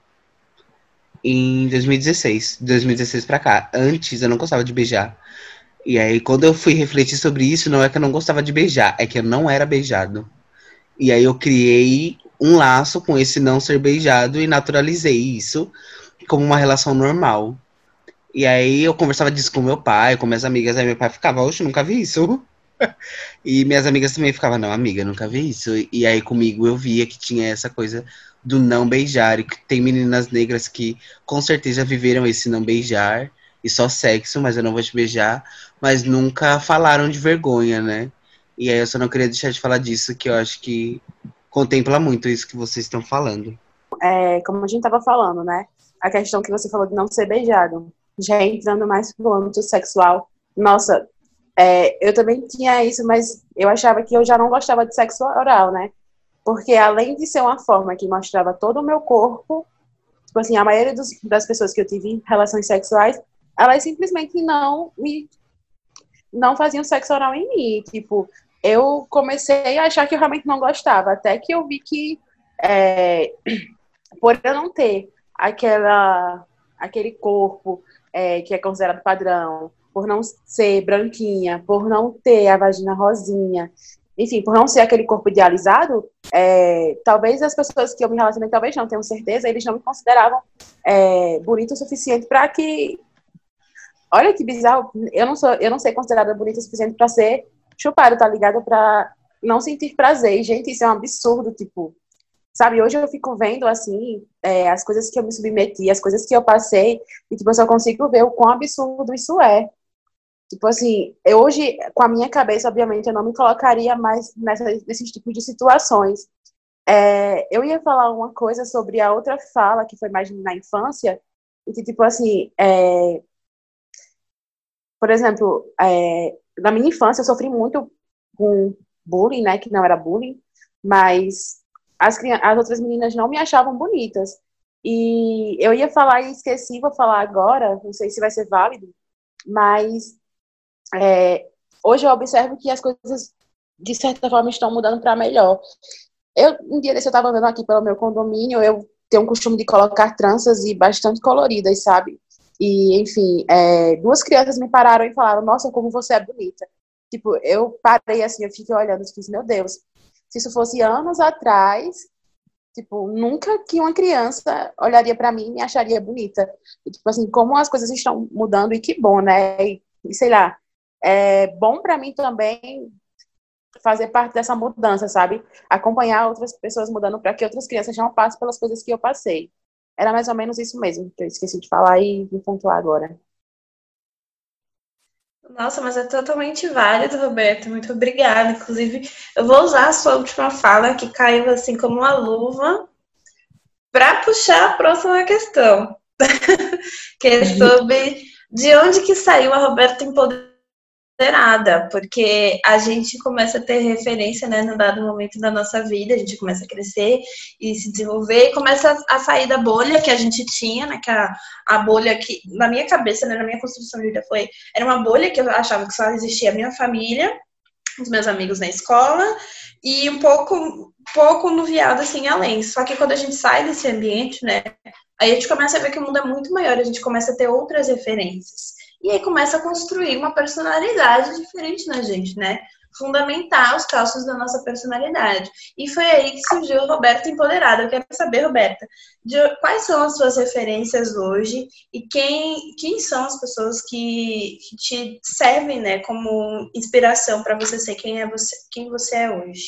S1: em dois mil e dezesseis. dois mil e dezesseis pra cá. Antes eu não gostava de beijar. E aí quando eu fui refletir sobre isso, não é que eu não gostava de beijar, é que eu não era beijado. E aí eu criei um laço com esse não ser beijado e naturalizei isso como uma relação normal. E aí eu conversava disso com meu pai, com minhas amigas, aí meu pai ficava, oxe, nunca vi isso. E minhas amigas também ficavam, não, amiga, nunca vi isso. E aí comigo eu via que tinha essa coisa do não beijar, e que tem meninas negras que com certeza viveram esse não beijar, e só sexo, mas eu não vou te beijar, mas nunca falaram de vergonha, né? E aí eu só não queria deixar de falar disso, que eu acho que contempla muito isso que vocês estão falando.
S2: É, como a gente estava falando, né? A questão que você falou de não ser beijado. Já entrando mais pro âmbito sexual. Nossa, é, eu também tinha isso, mas eu achava que eu já não gostava de sexo oral, né? Porque além de ser uma forma que mostrava todo o meu corpo, tipo assim, a maioria dos, das pessoas que eu tive em relações sexuais, elas simplesmente não me não faziam sexo oral em mim. Tipo, eu comecei a achar que eu realmente não gostava, até que eu vi que é, por eu não ter aquela, aquele corpo é, que é considerado padrão, por não ser branquinha, por não ter a vagina rosinha, enfim, por não ser aquele corpo idealizado, é, talvez as pessoas que eu me relacionei, talvez não, tenho certeza, eles não me consideravam é, bonito o suficiente para que... Olha que bizarro, eu não, sou, eu não sei considerada bonita o suficiente para ser chupado, tá ligado? Para não sentir prazer. E, gente, isso é um absurdo, tipo... Sabe, hoje eu fico vendo, assim, é, as coisas que eu me submeti, as coisas que eu passei, e, tipo, eu só consigo ver o quão absurdo isso é. Tipo, assim, eu hoje, com a minha cabeça, obviamente, eu não me colocaria mais nessa, nesses tipos de situações. É, eu ia falar uma coisa sobre a outra fala, que foi mais na infância, e que, tipo assim, é, por exemplo, é, na minha infância eu sofri muito com bullying, né, que não era bullying, mas as, crian- as outras meninas não me achavam bonitas. E eu ia falar e esqueci, vou falar agora, não sei se vai ser válido, mas é, hoje eu observo que as coisas, de certa forma, estão mudando para melhor. Eu, um dia desse eu estava andando aqui pelo meu condomínio, eu tenho o costume de colocar tranças e bastante coloridas, sabe? E, enfim, é, duas crianças me pararam e falaram, nossa, como você é bonita. Tipo, eu parei assim, eu fiquei olhando e disse, meu Deus, se isso fosse anos atrás, tipo, nunca que uma criança olharia para mim e me acharia bonita. E, tipo assim, como as coisas estão mudando e que bom, né? E, e sei lá, é bom para mim também fazer parte dessa mudança, sabe? Acompanhar outras pessoas mudando para que outras crianças não passem pelas coisas que eu passei. Era mais ou menos isso mesmo, que eu esqueci de falar e me pontuar agora.
S3: Nossa, mas é totalmente válido, Roberto. Muito obrigada. Inclusive, eu vou usar a sua última fala, que caiu assim como uma luva, para puxar a próxima questão, que é sobre de onde que saiu a Roberta empoderada, porque a gente começa a ter referência, né, num dado momento da nossa vida, a gente começa a crescer e se desenvolver, e começa a sair da bolha que a gente tinha, né, que a, a bolha que, na minha cabeça, né, na minha construção de vida foi, era uma bolha que eu achava que só existia a minha família, os meus amigos na escola, e um pouco, pouco no viado, assim, além. Só que quando a gente sai desse ambiente, né, aí a gente começa a ver que o mundo é muito maior, a gente começa a ter outras referências. E aí começa a construir uma personalidade diferente na gente, né? Fundamentar os traços da nossa personalidade. E foi aí que surgiu o Roberta Empoderada. Eu quero saber, Roberta, de quais são as suas referências hoje e quem, quem são as pessoas que, que te servem, né, como inspiração para você ser quem, é você, quem você é hoje?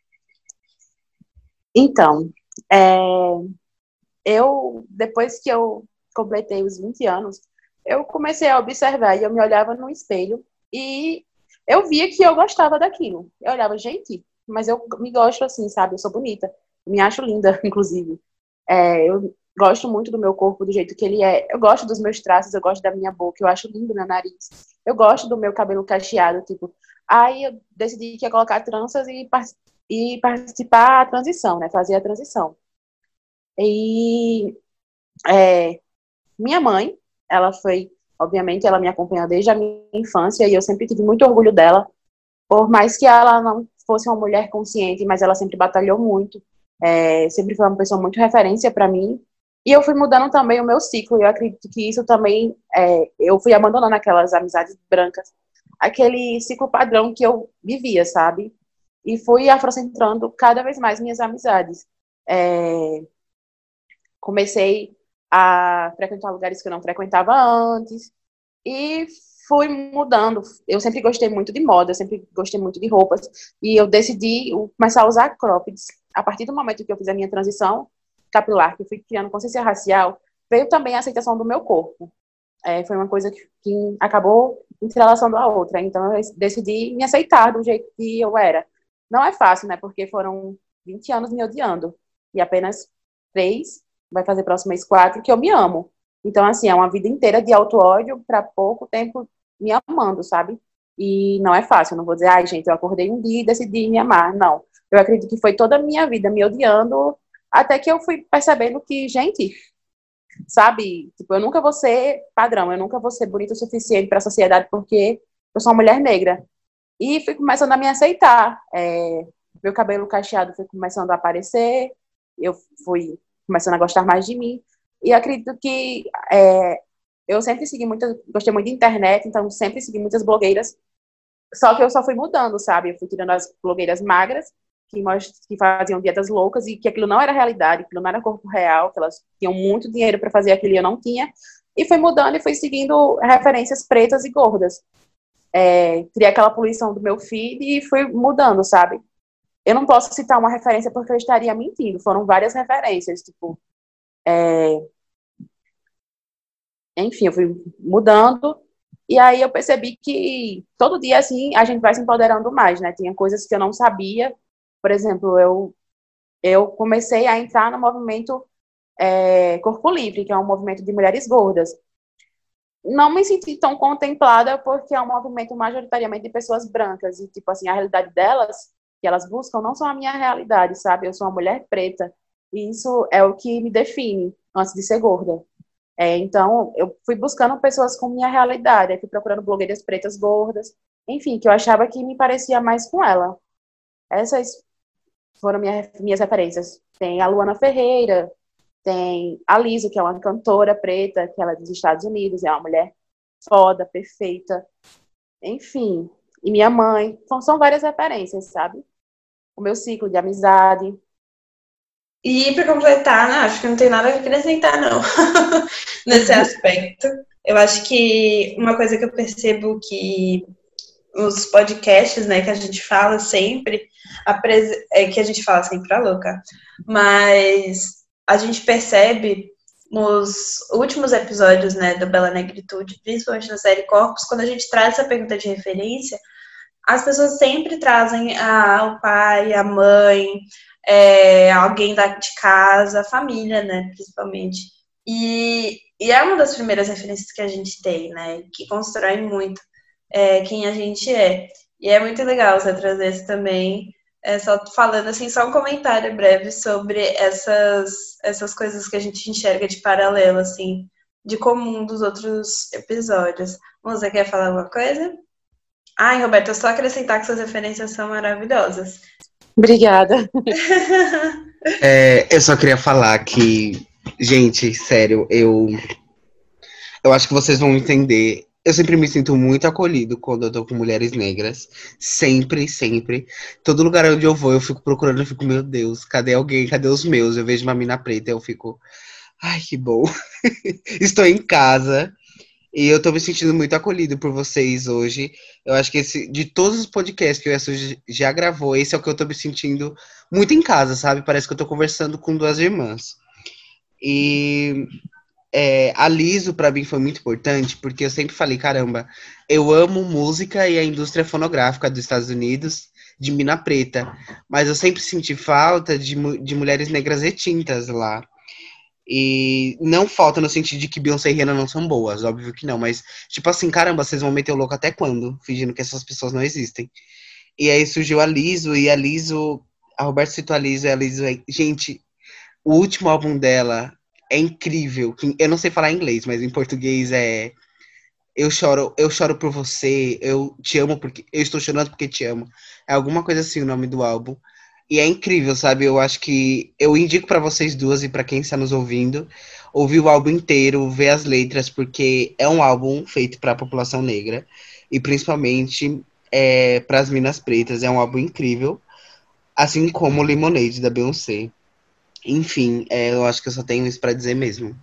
S2: Então, é, eu, depois que eu completei os vinte anos, eu comecei a observar e eu me olhava no espelho e eu via que eu gostava daquilo. Eu olhava, gente, mas eu me gosto assim, sabe? Eu sou bonita, me acho linda, inclusive. É, eu gosto muito do meu corpo, do jeito que ele é. Eu gosto dos meus traços, eu gosto da minha boca, eu acho lindo meu nariz. Eu gosto do meu cabelo cacheado, tipo. Aí eu decidi que ia colocar tranças e, e participar da transição, né? Fazer a transição. E é, minha mãe, ela foi, obviamente, ela me acompanhou desde a minha infância e eu sempre tive muito orgulho dela, por mais que ela não fosse uma mulher consciente, mas ela sempre batalhou muito, é, sempre foi uma pessoa muito referência para mim. E eu fui mudando também o meu ciclo, e eu acredito que isso também, é, eu fui abandonando aquelas amizades brancas, aquele ciclo padrão que eu vivia, sabe? E fui afrocentrando cada vez mais minhas amizades. É, comecei a frequentar lugares que eu não frequentava antes e fui mudando. Eu sempre gostei muito de moda, eu sempre gostei muito de roupas e eu decidi começar a usar croppeds. A partir do momento que eu fiz a minha transição capilar, que eu fui criando consciência racial, veio também a aceitação do meu corpo. É, foi uma coisa que, que acabou entrelaçando a outra. Então eu decidi me aceitar do jeito que eu era. Não é fácil, né? Porque foram vinte anos me odiando e apenas três, vai fazer próximo mês quatro, que eu me amo. Então, assim, é uma vida inteira de auto-ódio para pouco tempo me amando, sabe? E não é fácil, eu não vou dizer, ai, gente, eu acordei um dia e decidi me amar. Não. Eu acredito que foi toda a minha vida me odiando, até que eu fui percebendo que, gente, sabe? Tipo, eu nunca vou ser padrão, eu nunca vou ser bonita o suficiente para a sociedade porque eu sou uma mulher negra. E fui começando a me aceitar. É, meu cabelo cacheado foi começando a aparecer, eu fui começando a gostar mais de mim. E acredito que é, eu sempre segui muitas, gostei muito de internet, então sempre segui muitas blogueiras. Só que eu só fui mudando, sabe? Eu fui tirando as blogueiras magras, que, que faziam dietas loucas, e que aquilo não era realidade, aquilo não era corpo real, que elas tinham muito dinheiro para fazer aquilo e eu não tinha. E fui mudando e fui seguindo referências pretas e gordas. É, criei aquela poluição do meu feed e fui mudando, sabe? Eu não posso citar uma referência porque eu estaria mentindo. Foram várias referências, tipo... É, enfim, eu fui mudando. E aí eu percebi que todo dia, assim, a gente vai se empoderando mais, né? Tinha coisas que eu não sabia. Por exemplo, eu eu comecei a entrar no movimento é, Corpo Livre, que é um movimento de mulheres gordas. Não me senti tão contemplada porque é um movimento majoritariamente de pessoas brancas e, tipo assim, a realidade delas, que elas buscam, não são a minha realidade, sabe? Eu sou uma mulher preta e isso é o que me define antes de ser gorda. É, então, eu fui buscando pessoas com minha realidade, eu fui procurando blogueiras pretas gordas, enfim, que eu achava que me parecia mais com ela. Essas foram minha, minhas referências. Tem a Luana Ferreira, tem a Liso, que é uma cantora preta, que ela é dos Estados Unidos, é uma mulher foda, perfeita, enfim. E minha mãe, são, são várias referências, sabe? O meu ciclo de amizade.
S3: E para completar, né, acho que não tem nada a acrescentar, não, nesse aspecto. Eu acho que uma coisa que eu percebo que os podcasts, né, que a gente fala sempre, a pres... é que a gente fala sempre a louca, mas a gente percebe nos últimos episódios, né, do Bela Negritude, principalmente na série Corpos, quando a gente traz essa pergunta de referência, as pessoas sempre trazem a, o pai, a mãe, é, alguém da, de casa, a família, né, principalmente. E, e é uma das primeiras referências que a gente tem, né, que constrói muito é, quem a gente é. E é muito legal você trazer isso também, é, só falando assim, só um comentário breve sobre essas, essas coisas que a gente enxerga de paralelo, assim, de comum dos outros episódios. Você quer falar alguma coisa? Ai, Roberta, só acrescentar que suas referências são maravilhosas.
S2: Obrigada.
S1: É, eu só queria falar que, gente, sério, eu, eu acho que vocês vão entender. Eu sempre me sinto muito acolhido quando eu tô com mulheres negras. Sempre, sempre. Todo lugar onde eu vou, eu fico procurando, eu fico, meu Deus, cadê alguém? Cadê os meus? Eu vejo uma mina preta, eu fico, ai, que bom. Estou em casa. E eu tô me sentindo muito acolhido por vocês hoje. Eu acho que esse, de todos os podcasts que o Esso já gravou, esse é o que eu tô me sentindo muito em casa, sabe? Parece que eu tô conversando com duas irmãs. E é, a Liso, pra mim, foi muito importante, porque eu sempre falei, caramba, eu amo música e a indústria fonográfica dos Estados Unidos, de mina preta. Mas eu sempre senti falta de, de mulheres negras retintas lá. E não falta no sentido de que Beyoncé e Rihanna não são boas, óbvio que não, mas tipo assim, caramba, vocês vão meter o louco até quando? Fingindo que essas pessoas não existem. E aí surgiu a Liso, e a Liso, a Roberta citou a Liso, e a Liso é, gente, o último álbum dela é incrível. Eu não sei falar inglês, mas em português é eu choro, eu choro por você, eu te amo porque eu estou chorando porque te amo. É alguma coisa assim o nome do álbum. E é incrível, sabe? Eu acho que eu indico pra vocês duas e pra quem está nos ouvindo, ouvir o álbum inteiro, ver as letras, porque é um álbum feito pra população negra e principalmente é, para as minas pretas. É um álbum incrível, assim como o Lemonade da Beyoncé. Enfim, é, eu acho que eu só tenho isso pra dizer mesmo.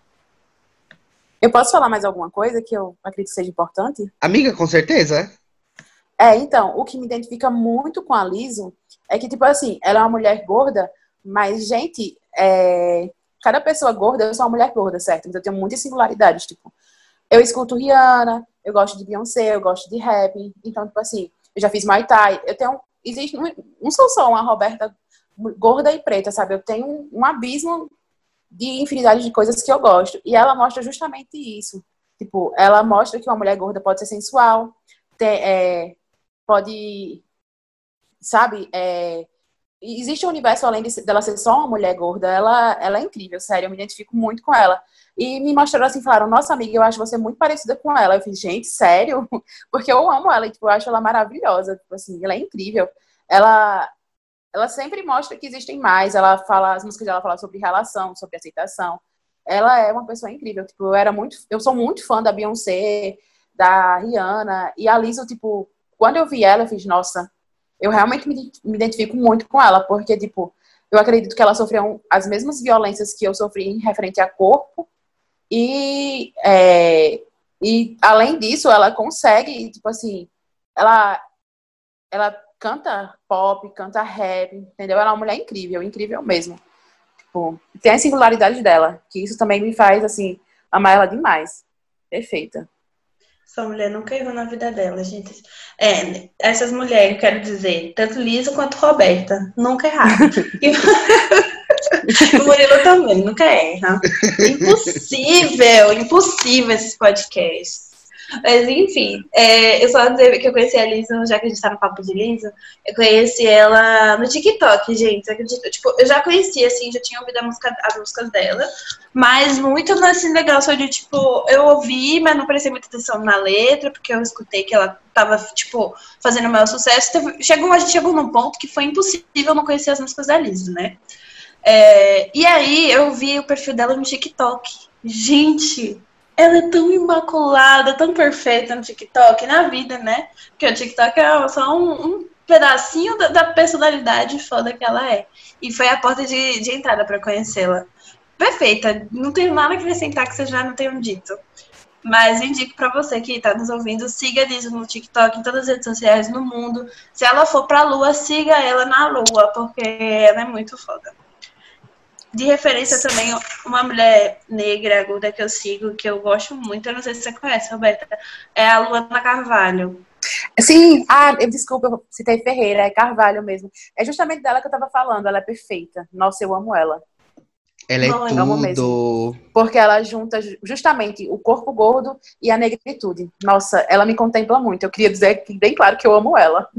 S2: Eu posso falar mais alguma coisa que eu acredito que seja importante?
S1: Amiga, com certeza.
S2: É, então, o que me identifica muito com a Liso é que, tipo assim, ela é uma mulher gorda, mas, gente, é, cada pessoa gorda, eu sou uma mulher gorda, certo? Mas eu tenho muitas singularidades, tipo, eu escuto Rihanna, eu gosto de Beyoncé, eu gosto de rap, então, tipo assim, eu já fiz Muay Thai, eu tenho, existe, não, não sou só uma Roberta gorda e preta, sabe? Eu tenho um abismo de infinidade de coisas que eu gosto, e ela mostra justamente isso, tipo, ela mostra que uma mulher gorda pode ser sensual, ter, é, pode, sabe, é, existe um universo além de, dela ser só uma mulher gorda, ela, ela é incrível, sério, eu me identifico muito com ela. E me mostraram assim, falaram, nossa amiga, eu acho você muito parecida com ela. Eu fiz, gente, sério? Porque eu amo ela, e, tipo, eu acho ela maravilhosa, tipo assim, ela é incrível. Ela, ela sempre mostra que existem mais, ela fala, as músicas dela falam sobre relação, sobre aceitação. Ela é uma pessoa incrível, tipo, eu era muito, eu sou muito fã da Beyoncé, da Rihanna, e a Lizzo, tipo, quando eu vi ela, eu fiz, nossa, eu realmente me, me identifico muito com ela, porque, tipo, eu acredito que ela sofreu as mesmas violências que eu sofri em referente a corpo, e, é, e além disso, ela consegue, tipo assim, ela, ela canta pop, canta rap, entendeu? Ela é uma mulher incrível, incrível mesmo. Tipo, tem a singularidade dela, que isso também me faz, assim, amar ela demais. Perfeita.
S3: Essa mulher nunca errou na vida dela, gente. É, essas mulheres, eu quero dizer, tanto Lisa quanto Roberta, nunca erraram. E o Murilo também, nunca erra. Impossível, impossível esses podcasts. Mas, enfim, é, eu só dizer que eu conheci a Lisa, já que a gente tá no papo de Lisa, eu conheci ela no TikTok, gente. Você acredita? Tipo, eu já conhecia, assim, já tinha ouvido a música, as músicas dela, mas muito assim, legal, só de, tipo, eu ouvi, mas não prestei muita atenção na letra, porque eu escutei que ela tava, tipo, fazendo o maior sucesso. Teve, chegou, a gente chegou num ponto que foi impossível não conhecer as músicas da Lisa, né? É, e aí eu vi o perfil dela no TikTok. Gente, ela é tão imaculada, tão perfeita no TikTok, na vida, né? Porque o TikTok é só um, um pedacinho da, da personalidade foda que ela é. E foi a porta de, de entrada pra conhecê-la. Perfeita, não tenho nada a acrescentar que vocês já não tenham dito. Mas indico pra você que tá nos ouvindo, siga a Lisa no TikTok, em todas as redes sociais no mundo. Se ela for pra lua, siga ela na lua, porque ela é muito foda. De referência também, uma mulher negra aguda que eu sigo, que eu gosto muito, eu não sei se você conhece, Roberta, é a Luana Carvalho.
S2: Sim, ah, eu, desculpa, eu citei Ferreira, é Carvalho mesmo. É justamente dela que eu tava falando, ela é perfeita. Nossa, eu amo ela.
S1: Ela é
S3: Não, eu
S2: amo
S1: tudo.
S2: mesmo. Porque ela junta justamente o corpo gordo e a negritude. Nossa, ela me contempla muito. Eu queria dizer que bem claro que eu amo ela.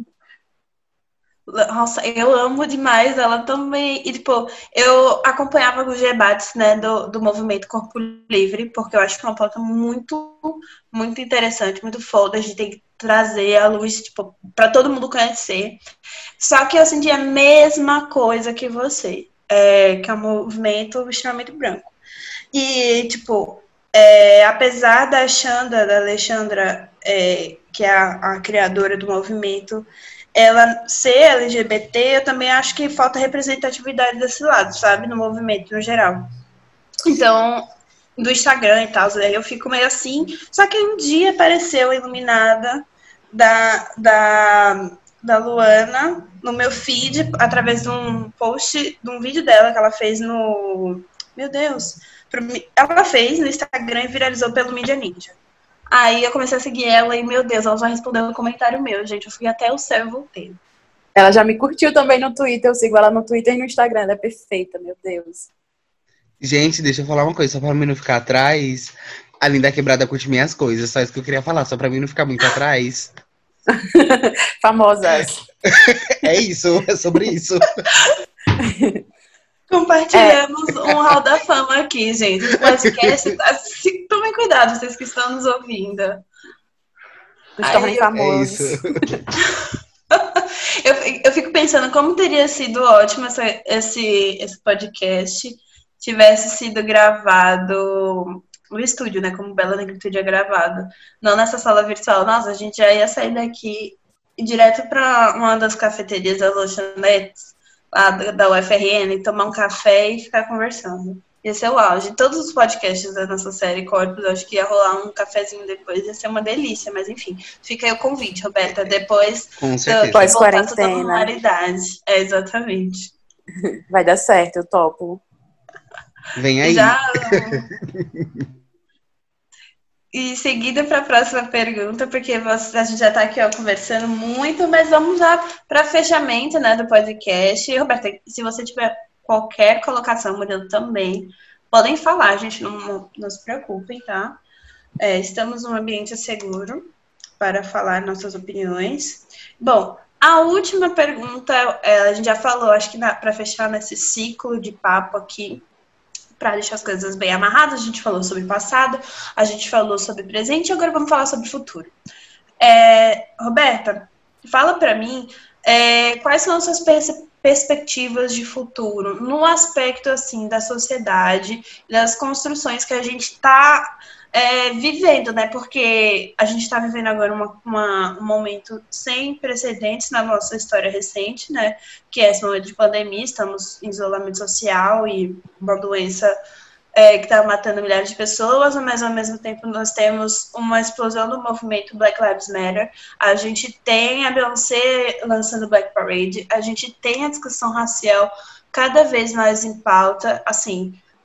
S3: Nossa, eu amo demais ela também. E, tipo, eu acompanhava os debates, né, do, do movimento Corpo Livre, porque eu acho que é uma pauta muito, muito interessante, muito foda. A gente tem que trazer a luz, tipo, pra todo mundo conhecer. Só que eu senti a mesma coisa que você, é, que é um movimento extremamente branco. E, tipo, é, apesar da Xanda, da Alexandra, é, que é a, a criadora do movimento, ela ser L G B T, eu também acho que falta representatividade desse lado, sabe? No movimento no geral. Então, do Instagram e tal, aí eu fico meio assim. Só que um dia apareceu a iluminada da, da, da Luana no meu feed, através de um post, de um vídeo dela que ela fez no. Meu Deus! Ela fez no Instagram e viralizou pelo Mídia Ninja. Aí eu comecei a seguir ela e, meu Deus, ela já respondeu no comentário meu, gente. Eu fui até o céu e voltei.
S2: Ela já me curtiu também no Twitter, eu sigo ela no Twitter e no Instagram, ela é perfeita, meu Deus.
S1: Gente, deixa eu falar uma coisa, só pra mim não ficar atrás. A Linda Quebrada curte minhas coisas, só isso que eu queria falar, só pra mim não ficar muito atrás.
S2: Famosas.
S1: É isso, é sobre isso.
S3: Compartilhamos é. um hall da fama aqui, gente. Esse podcast, assim, tomem cuidado, vocês que estão nos ouvindo.
S2: Nos tornem famosos.
S1: É isso.
S3: eu, eu fico pensando como teria sido ótimo essa, esse, esse podcast tivesse sido gravado no estúdio, né? Como Bela Negritude é gravado. Não nessa sala virtual. Nossa, a gente já ia sair daqui e direto para uma das cafeterias das lanchonetes lá da U F R N, tomar um café e ficar conversando. Esse é o auge. Todos os podcasts da nossa série Corpos, acho que ia rolar um cafezinho depois, ia ser uma delícia, mas enfim, fica aí o convite, Roberta, depois
S1: com certeza.
S2: Pós quarentena.
S3: É, exatamente.
S2: Vai dar certo, eu topo.
S1: Vem aí.
S3: Já... E seguida para a próxima pergunta, porque você, a gente já está aqui ó, conversando muito, mas vamos já para fechamento, né, do podcast. E, Roberta, se você tiver qualquer colocação, Murilo também, podem falar, gente, não, não se preocupem, tá? É, estamos num ambiente seguro para falar nossas opiniões. Bom, a última pergunta, é, a gente já falou, acho que para fechar nesse ciclo de papo aqui, para deixar as coisas bem amarradas, a gente falou sobre passado, a gente falou sobre presente e agora vamos falar sobre futuro. É, Roberta, fala para mim é, quais são as suas pers- perspectivas de futuro no aspecto assim da sociedade, das construções que a gente está é, vivendo, né? Porque a gente está vivendo agora uma, uma, um momento sem precedentes na nossa história recente, né? Que é esse momento de pandemia, estamos em isolamento social e uma doença é, que está matando milhares de pessoas, mas ao mesmo tempo nós temos uma explosão do movimento Black Lives Matter, a gente tem a Beyoncé lançando Black Parade, a gente tem a discussão racial cada vez mais em pauta, assim,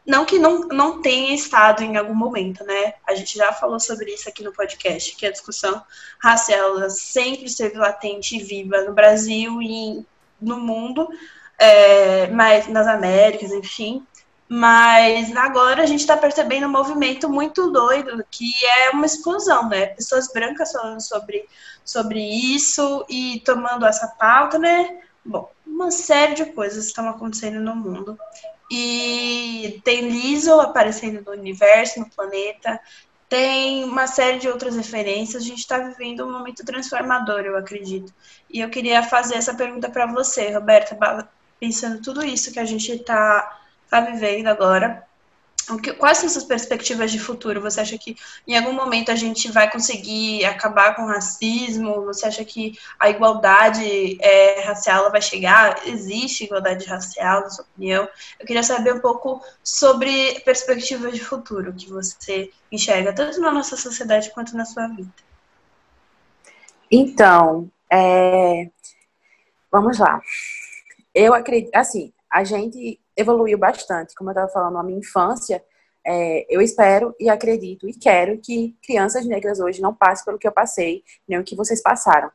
S3: Não que não, não tenha estado em algum momento, né? A gente já falou sobre isso aqui no podcast, que a discussão racial ela sempre esteve latente e viva no Brasil e no mundo, é, mas nas Américas, enfim. Mas agora a gente está percebendo um movimento muito doido, que é uma explosão, né? Pessoas brancas falando sobre, sobre isso e tomando essa pauta, né? Bom, uma série de coisas estão acontecendo no mundo. E tem Lizzo aparecendo no universo, no planeta, tem uma série de outras referências. A gente está vivendo um momento transformador, eu acredito. E eu queria fazer essa pergunta para você, Roberta, pensando tudo isso que a gente está tá vivendo agora. O que, quais são suas perspectivas de futuro? Você acha que em algum momento a gente vai conseguir acabar com o racismo? Você acha que a igualdade é, racial vai chegar? Existe igualdade racial, na sua opinião? Eu queria saber um pouco sobre perspectivas de futuro que você enxerga, tanto na nossa sociedade quanto na sua vida.
S2: Então, é... vamos lá. Eu acredito, assim, a gente evoluiu bastante, como eu estava falando, na minha infância, é, eu espero e acredito e quero que crianças negras hoje não passem pelo que eu passei, nem o que vocês passaram.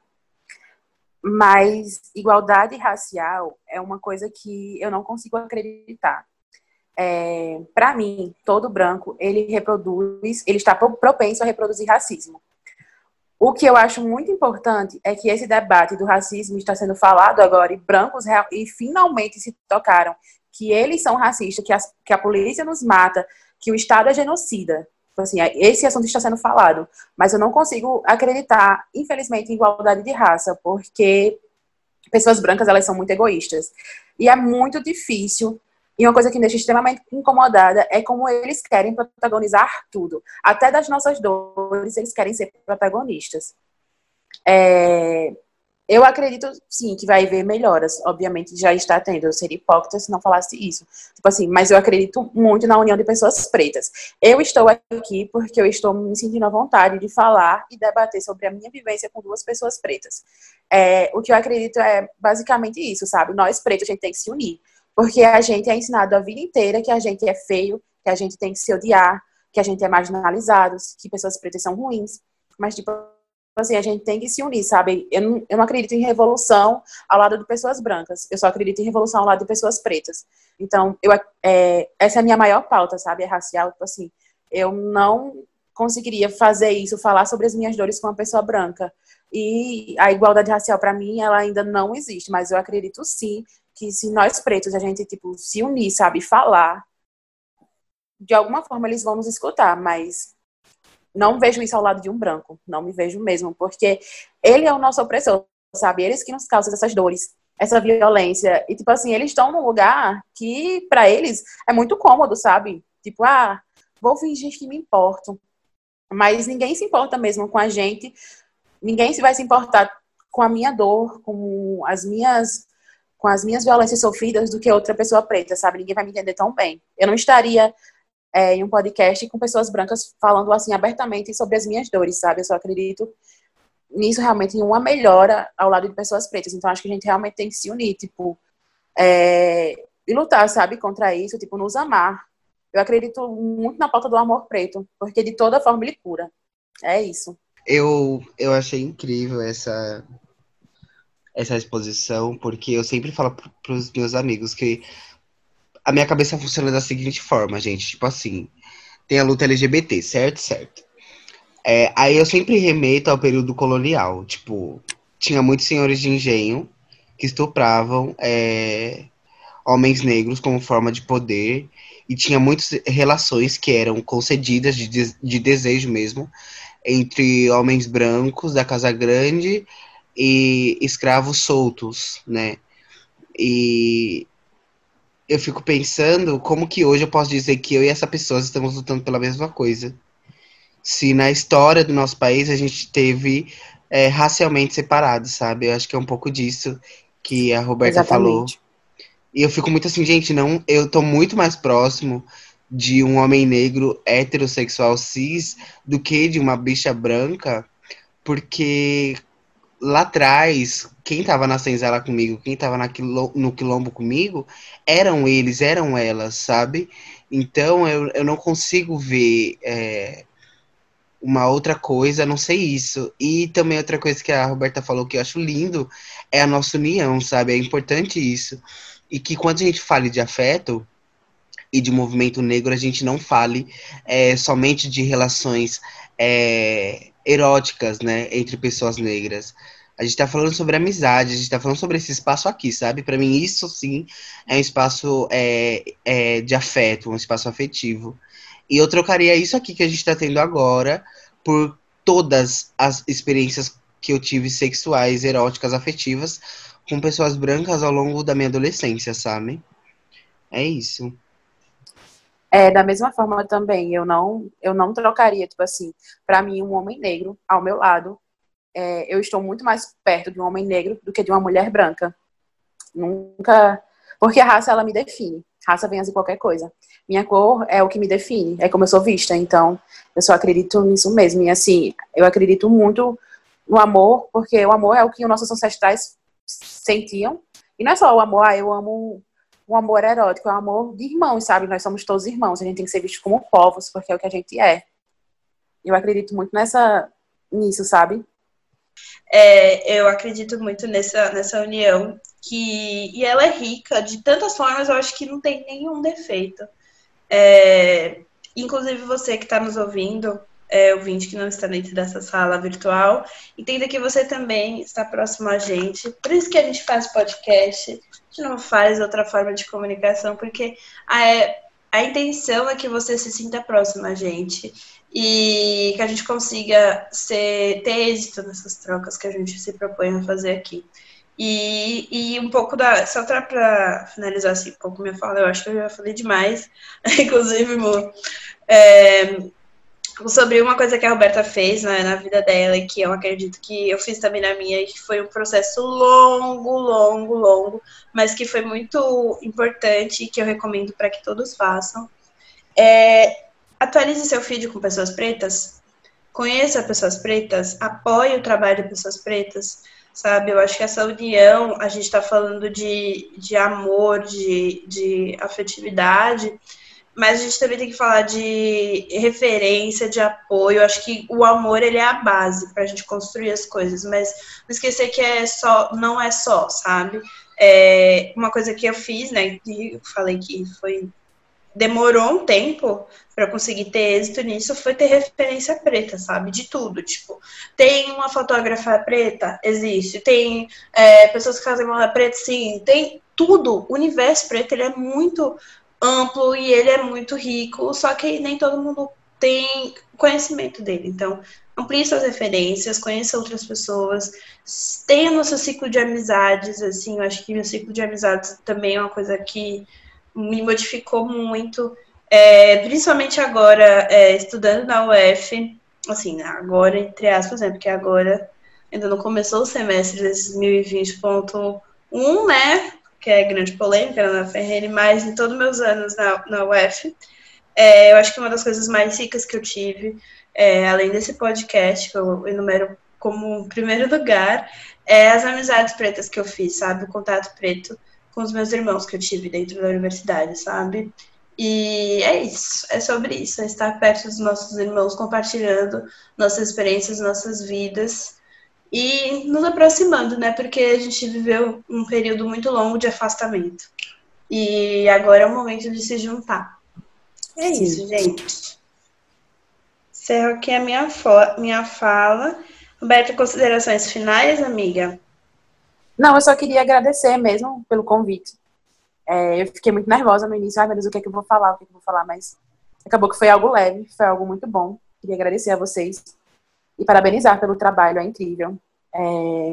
S2: Mas igualdade racial é uma coisa que eu não consigo acreditar. É, para mim, todo branco, ele reproduz, ele está propenso a reproduzir racismo. O que eu acho muito importante é que esse debate do racismo está sendo falado agora e brancos e finalmente se tocaram que eles são racistas, que a, que a polícia nos mata, que o Estado é genocida. Assim, esse assunto está sendo falado, mas eu não consigo acreditar, infelizmente, em igualdade de raça, porque pessoas brancas, elas são muito egoístas. E é muito difícil, e uma coisa que me deixa extremamente incomodada é como eles querem protagonizar tudo. Até das nossas dores, eles querem ser protagonistas. É... Eu acredito, sim, que vai haver melhoras. Obviamente, já está tendo. Eu seria hipócrita se não falasse isso. Tipo assim, mas eu acredito muito na união de pessoas pretas. Eu estou aqui porque eu estou me sentindo à vontade de falar e debater sobre a minha vivência com duas pessoas pretas. É, o que eu acredito é basicamente isso, sabe? Nós pretos, a gente tem que se unir. Porque a gente é ensinado a vida inteira que a gente é feio, que a gente tem que se odiar, que a gente é marginalizado, que pessoas pretas são ruins. Mas, tipo, assim, a gente tem que se unir, sabe? Eu não, eu não acredito em revolução ao lado de pessoas brancas. Eu só acredito em revolução ao lado de pessoas pretas. Então, eu, é, essa é a minha maior pauta, sabe? É racial. Tipo assim, eu não conseguiria fazer isso, falar sobre as minhas dores com uma pessoa branca. E a igualdade racial, para mim, ela ainda não existe. Mas eu acredito, sim, que se nós pretos, a gente, tipo, se unir, sabe? Falar, de alguma forma eles vão nos escutar, mas... não vejo isso ao lado de um branco, não me vejo mesmo, porque ele é o nosso opressor, sabe? Eles que nos causam essas dores, essa violência, e tipo assim, eles estão num lugar que pra eles é muito cômodo, sabe? Tipo, ah, vou fingir que me importo, mas ninguém se importa mesmo com a gente, ninguém vai se importar com a minha dor, com as minhas, com as minhas violências sofridas do que outra pessoa preta, sabe? Ninguém vai me entender tão bem. Eu não estaria É, em um podcast com pessoas brancas falando assim abertamente sobre as minhas dores, sabe? Eu só acredito nisso realmente em uma melhora ao lado de pessoas pretas. Então acho que a gente realmente tem que se unir, tipo, é, e lutar, sabe, contra isso, tipo, nos amar. Eu acredito muito na pauta do amor preto, porque de toda forma ele cura. É isso.
S1: Eu, eu achei incrível essa, essa exposição, porque eu sempre falo para os meus amigos que a minha cabeça funciona da seguinte forma, gente. Tipo assim, tem a luta L G B T, certo? Certo. É, aí eu sempre remeto ao período colonial. Tipo, tinha muitos senhores de engenho que estupravam é, homens negros como forma de poder. E tinha muitas relações que eram concedidas de, de, de desejo mesmo entre homens brancos da Casa Grande e escravos soltos, né? E eu fico pensando como que hoje eu posso dizer que eu e essa pessoa estamos lutando pela mesma coisa. Se na história do nosso país a gente teve é, racialmente separados, sabe? Eu acho que é um pouco disso que a Roberta
S2: Exatamente.
S1: falou. E eu fico muito assim, gente, não, eu tô muito mais próximo de um homem negro heterossexual cis do que de uma bicha branca, porque lá atrás, quem tava na senzala comigo, quem tava na quilo, no quilombo comigo, eram eles, eram elas, sabe? Então, eu, eu não consigo ver é, uma outra coisa, a não sei isso. E também outra coisa que a Roberta falou que eu acho lindo é a nossa união, sabe? É importante isso. E que quando a gente fale de afeto e de movimento negro, a gente não fale é, somente de relações é, eróticas, né, entre pessoas negras. A gente tá falando sobre amizade, a gente tá falando sobre esse espaço aqui, sabe? Para mim, isso sim é um espaço é, é, de afeto, um espaço afetivo. E eu trocaria isso aqui que a gente tá tendo agora por todas as experiências que eu tive sexuais, eróticas, afetivas com pessoas brancas ao longo da minha adolescência, sabe? É isso.
S2: É, da mesma forma também, eu não, eu não trocaria, tipo assim, pra mim, um homem negro ao meu lado, é, eu estou muito mais perto de um homem negro do que de uma mulher branca. Nunca. Porque a raça, ela me define. Raça vem antes de qualquer coisa. Minha cor é o que me define, é como eu sou vista. Então, eu só acredito nisso mesmo. E assim, eu acredito muito no amor, porque o amor é o que os nossos ancestrais sentiam. E não é só o amor, ah, eu amo um amor erótico, é um amor de irmãos, sabe? Nós somos todos irmãos, a gente tem que ser visto como povos, porque é o que a gente é. Eu acredito muito nessa, nisso, sabe?
S3: É, eu acredito muito nessa, nessa união, que, e ela é rica de tantas formas, eu acho que não tem nenhum defeito. É, inclusive você que está nos ouvindo, é, ouvinte que não está dentro dessa sala virtual, entenda que você também está próximo a gente. Por isso que a gente faz podcast, a gente não faz outra forma de comunicação, porque a, a intenção é que você se sinta próximo a gente e que a gente consiga ser, ter êxito nessas trocas que a gente se propõe a fazer aqui. E, e um pouco da. Só para finalizar assim, um pouco minha fala, eu acho que eu já falei demais, inclusive, amor, é, sobre uma coisa que a Roberta fez, né, na vida dela, e que eu acredito que eu fiz também na minha, e que foi um processo longo, longo, longo, mas que foi muito importante e que eu recomendo para que todos façam. É, atualize seu feed com pessoas pretas, conheça pessoas pretas, apoie o trabalho de pessoas pretas, sabe? Eu acho que essa união, a gente está falando de, de amor, de, de afetividade, mas a gente também tem que falar de referência, de apoio. Eu acho que o amor, ele é a base para a gente construir as coisas, mas não esquecer que é só, não é só, sabe? É uma coisa que eu fiz, né, que eu falei que foi... demorou um tempo para eu conseguir ter êxito nisso, foi ter referência preta, sabe? De tudo, tipo, tem uma fotógrafa preta? Existe. Tem é, pessoas que fazem moda preta? Sim. Tem tudo. O universo preto, ele é muito amplo e ele é muito rico, só que nem todo mundo tem conhecimento dele. Então, amplie suas referências, conheça outras pessoas, tenha no seu ciclo de amizades, assim, eu acho que meu ciclo de amizades também é uma coisa que me modificou muito, é, principalmente agora, é, estudando na U F, assim, agora, entre aspas, né, porque agora ainda não começou o semestre de dois mil e vinte ponto um, né, que é grande polêmica na F R N, mas em todos os meus anos na, na U F, é, eu acho que uma das coisas mais ricas que eu tive, é, além desse podcast, que eu enumero como primeiro lugar, é as amizades pretas que eu fiz, sabe, o contato preto com os meus irmãos que eu tive dentro da universidade, sabe? E é isso, é sobre isso, é estar perto dos nossos irmãos, compartilhando nossas experiências, nossas vidas e nos aproximando, né? Porque a gente viveu um período muito longo de afastamento. E agora é o momento de se juntar. É
S2: Sim.
S3: isso, gente. Encerro aqui a minha, minha fala. Roberta, considerações finais, amiga?
S2: Não, eu só queria agradecer mesmo pelo convite. É, eu fiquei muito nervosa no início. Ai, meu Deus, o que é que eu vou falar? O que é que eu vou falar? Mas acabou que foi algo leve, foi algo muito bom. Queria agradecer a vocês e parabenizar pelo trabalho, é incrível. É...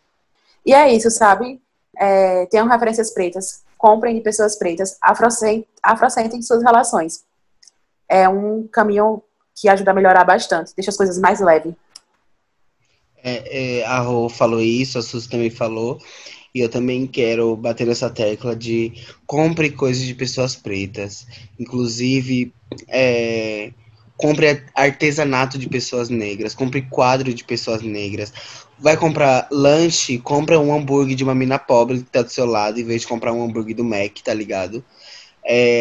S2: E é isso, sabe? É... Tenham referências pretas, comprem de pessoas pretas, afrocentem, afrocentem suas relações. É um caminho que ajuda a melhorar bastante, deixa as coisas mais leves.
S1: É, é, a Rô falou isso, a Suzy também falou, e eu também quero bater nessa tecla de compre coisas de pessoas pretas, inclusive é, compre artesanato de pessoas negras, compre quadro de pessoas negras, vai comprar lanche, compra um hambúrguer de uma mina pobre que tá do seu lado, em vez de comprar um hambúrguer do Mac, tá ligado? É,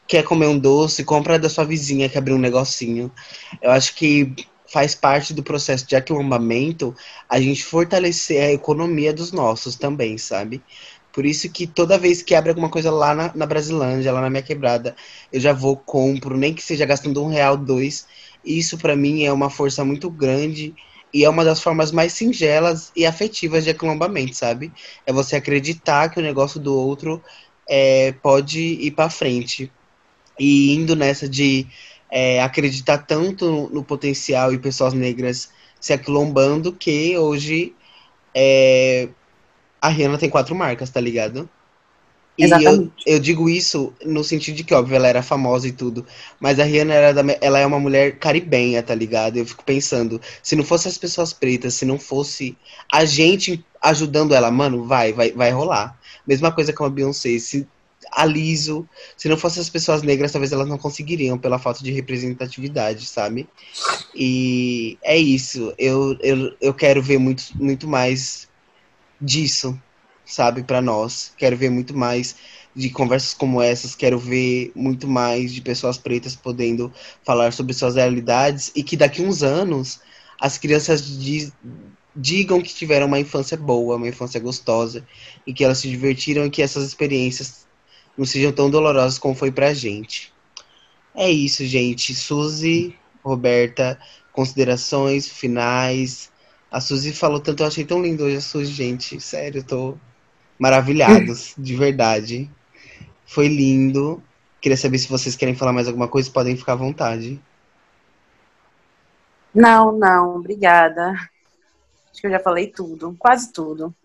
S1: quer comer um doce, compra da sua vizinha que abriu um negocinho. Eu acho que faz parte do processo de aquilombamento a gente fortalecer a economia dos nossos também, sabe? Por isso que toda vez que abre alguma coisa lá na, na Brasilândia, lá na minha quebrada, eu já vou, compro, nem que seja gastando um real, dois. Isso pra mim é uma força muito grande e é uma das formas mais singelas e afetivas de aquilombamento, sabe? É você acreditar que o negócio do outro é, pode ir pra frente. E indo nessa de é, acreditar tanto no, no potencial e pessoas negras se aquilombando que hoje é, a Rihanna tem quatro marcas, tá ligado? E eu,
S2: Exatamente.
S1: eu digo isso no sentido de que, óbvio, ela era famosa e tudo, mas a Rihanna era da, ela é uma mulher caribenha, tá ligado? Eu fico pensando, se não fosse as pessoas pretas, se não fosse a gente ajudando ela, mano, vai, vai, vai rolar. Mesma coisa com a Beyoncé, se a Lizzo, se não fossem as pessoas negras, talvez elas não conseguiriam pela falta de representatividade, sabe? E é isso, eu, eu, eu quero ver muito, muito mais disso, sabe, para nós. Quero ver muito mais de conversas como essas, quero ver muito mais de pessoas pretas podendo falar sobre suas realidades e que daqui uns anos as crianças di digam que tiveram uma infância boa, uma infância gostosa e que elas se divertiram e que essas experiências não sejam tão dolorosas como foi pra gente. É isso, gente. Suzy, Roberta, considerações finais. A Suzy falou tanto, eu achei tão lindo hoje a Suzy, gente. Sério, eu tô maravilhados, de verdade. Foi lindo. Queria saber se vocês querem falar mais alguma coisa, podem ficar à vontade.
S2: Não, não, obrigada. Acho que eu já falei tudo, quase tudo.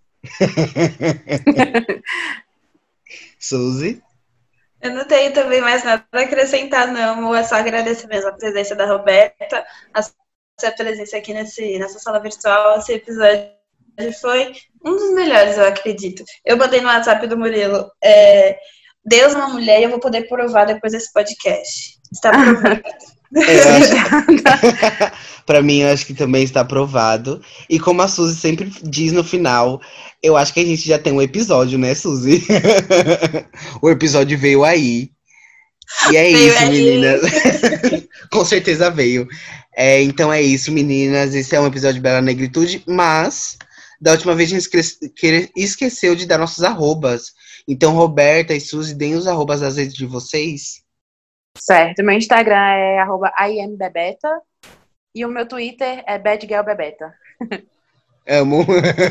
S1: Suzy?
S3: Eu não tenho também mais nada a acrescentar, não. É só agradecer mesmo a presença da Roberta, a sua presença aqui nesse, nessa sala virtual. Esse episódio foi um dos melhores, eu acredito. Eu mandei no WhatsApp do Murilo. É, Deus é uma mulher e eu vou poder provar depois desse podcast. Está provado.
S1: É, eu acho... Pra mim, eu acho que também está aprovado. E como a Suzy sempre diz no final, eu acho que a gente já tem um episódio, né, Suzy? O episódio veio aí. E é
S3: Veio
S1: isso,
S3: aí.
S1: meninas. Com certeza veio. É, então é isso, meninas. Esse é um episódio de Bela Negritude, mas da última vez a gente esque- que- esqueceu de dar nossos arrobas. Então, Roberta e Suzy, deem os arrobas das redes de vocês.
S2: Certo, meu Instagram é arroba imbebeta e o meu Twitter é badgirlbebeta.
S1: Amo.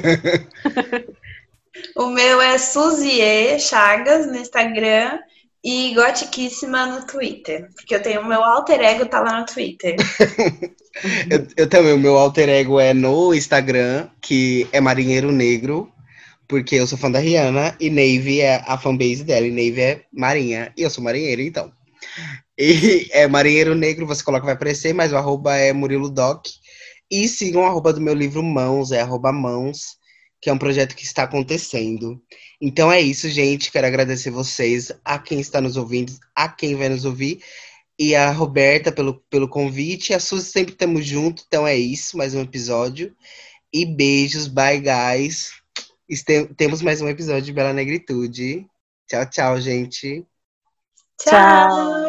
S3: O meu é Suzie Chagas no Instagram e Gotiquíssima no Twitter. Porque eu tenho o meu alter ego, tá lá no Twitter.
S1: Eu, eu também, o meu alter ego é no Instagram, que é Marinheiro Negro, porque eu sou fã da Rihanna, e Navy é a fanbase dela, e Navy é Marinha, e eu sou marinheiro, então. E é Marinheiro Negro, você coloca, vai aparecer, mas o arroba é Murilo Doc. E sigam o arroba do meu livro Mãos, é arroba Mãos, que é um projeto que está acontecendo. Então é isso, gente. Quero agradecer vocês, a quem está nos ouvindo, a quem vai nos ouvir, e a Roberta pelo, pelo convite. A Suzy sempre estamos juntos, então é isso, mais um episódio. E beijos, bye guys. Este- temos mais um episódio de Bela Negritude. Tchau, tchau, gente.
S3: Tchau!
S2: Tchau!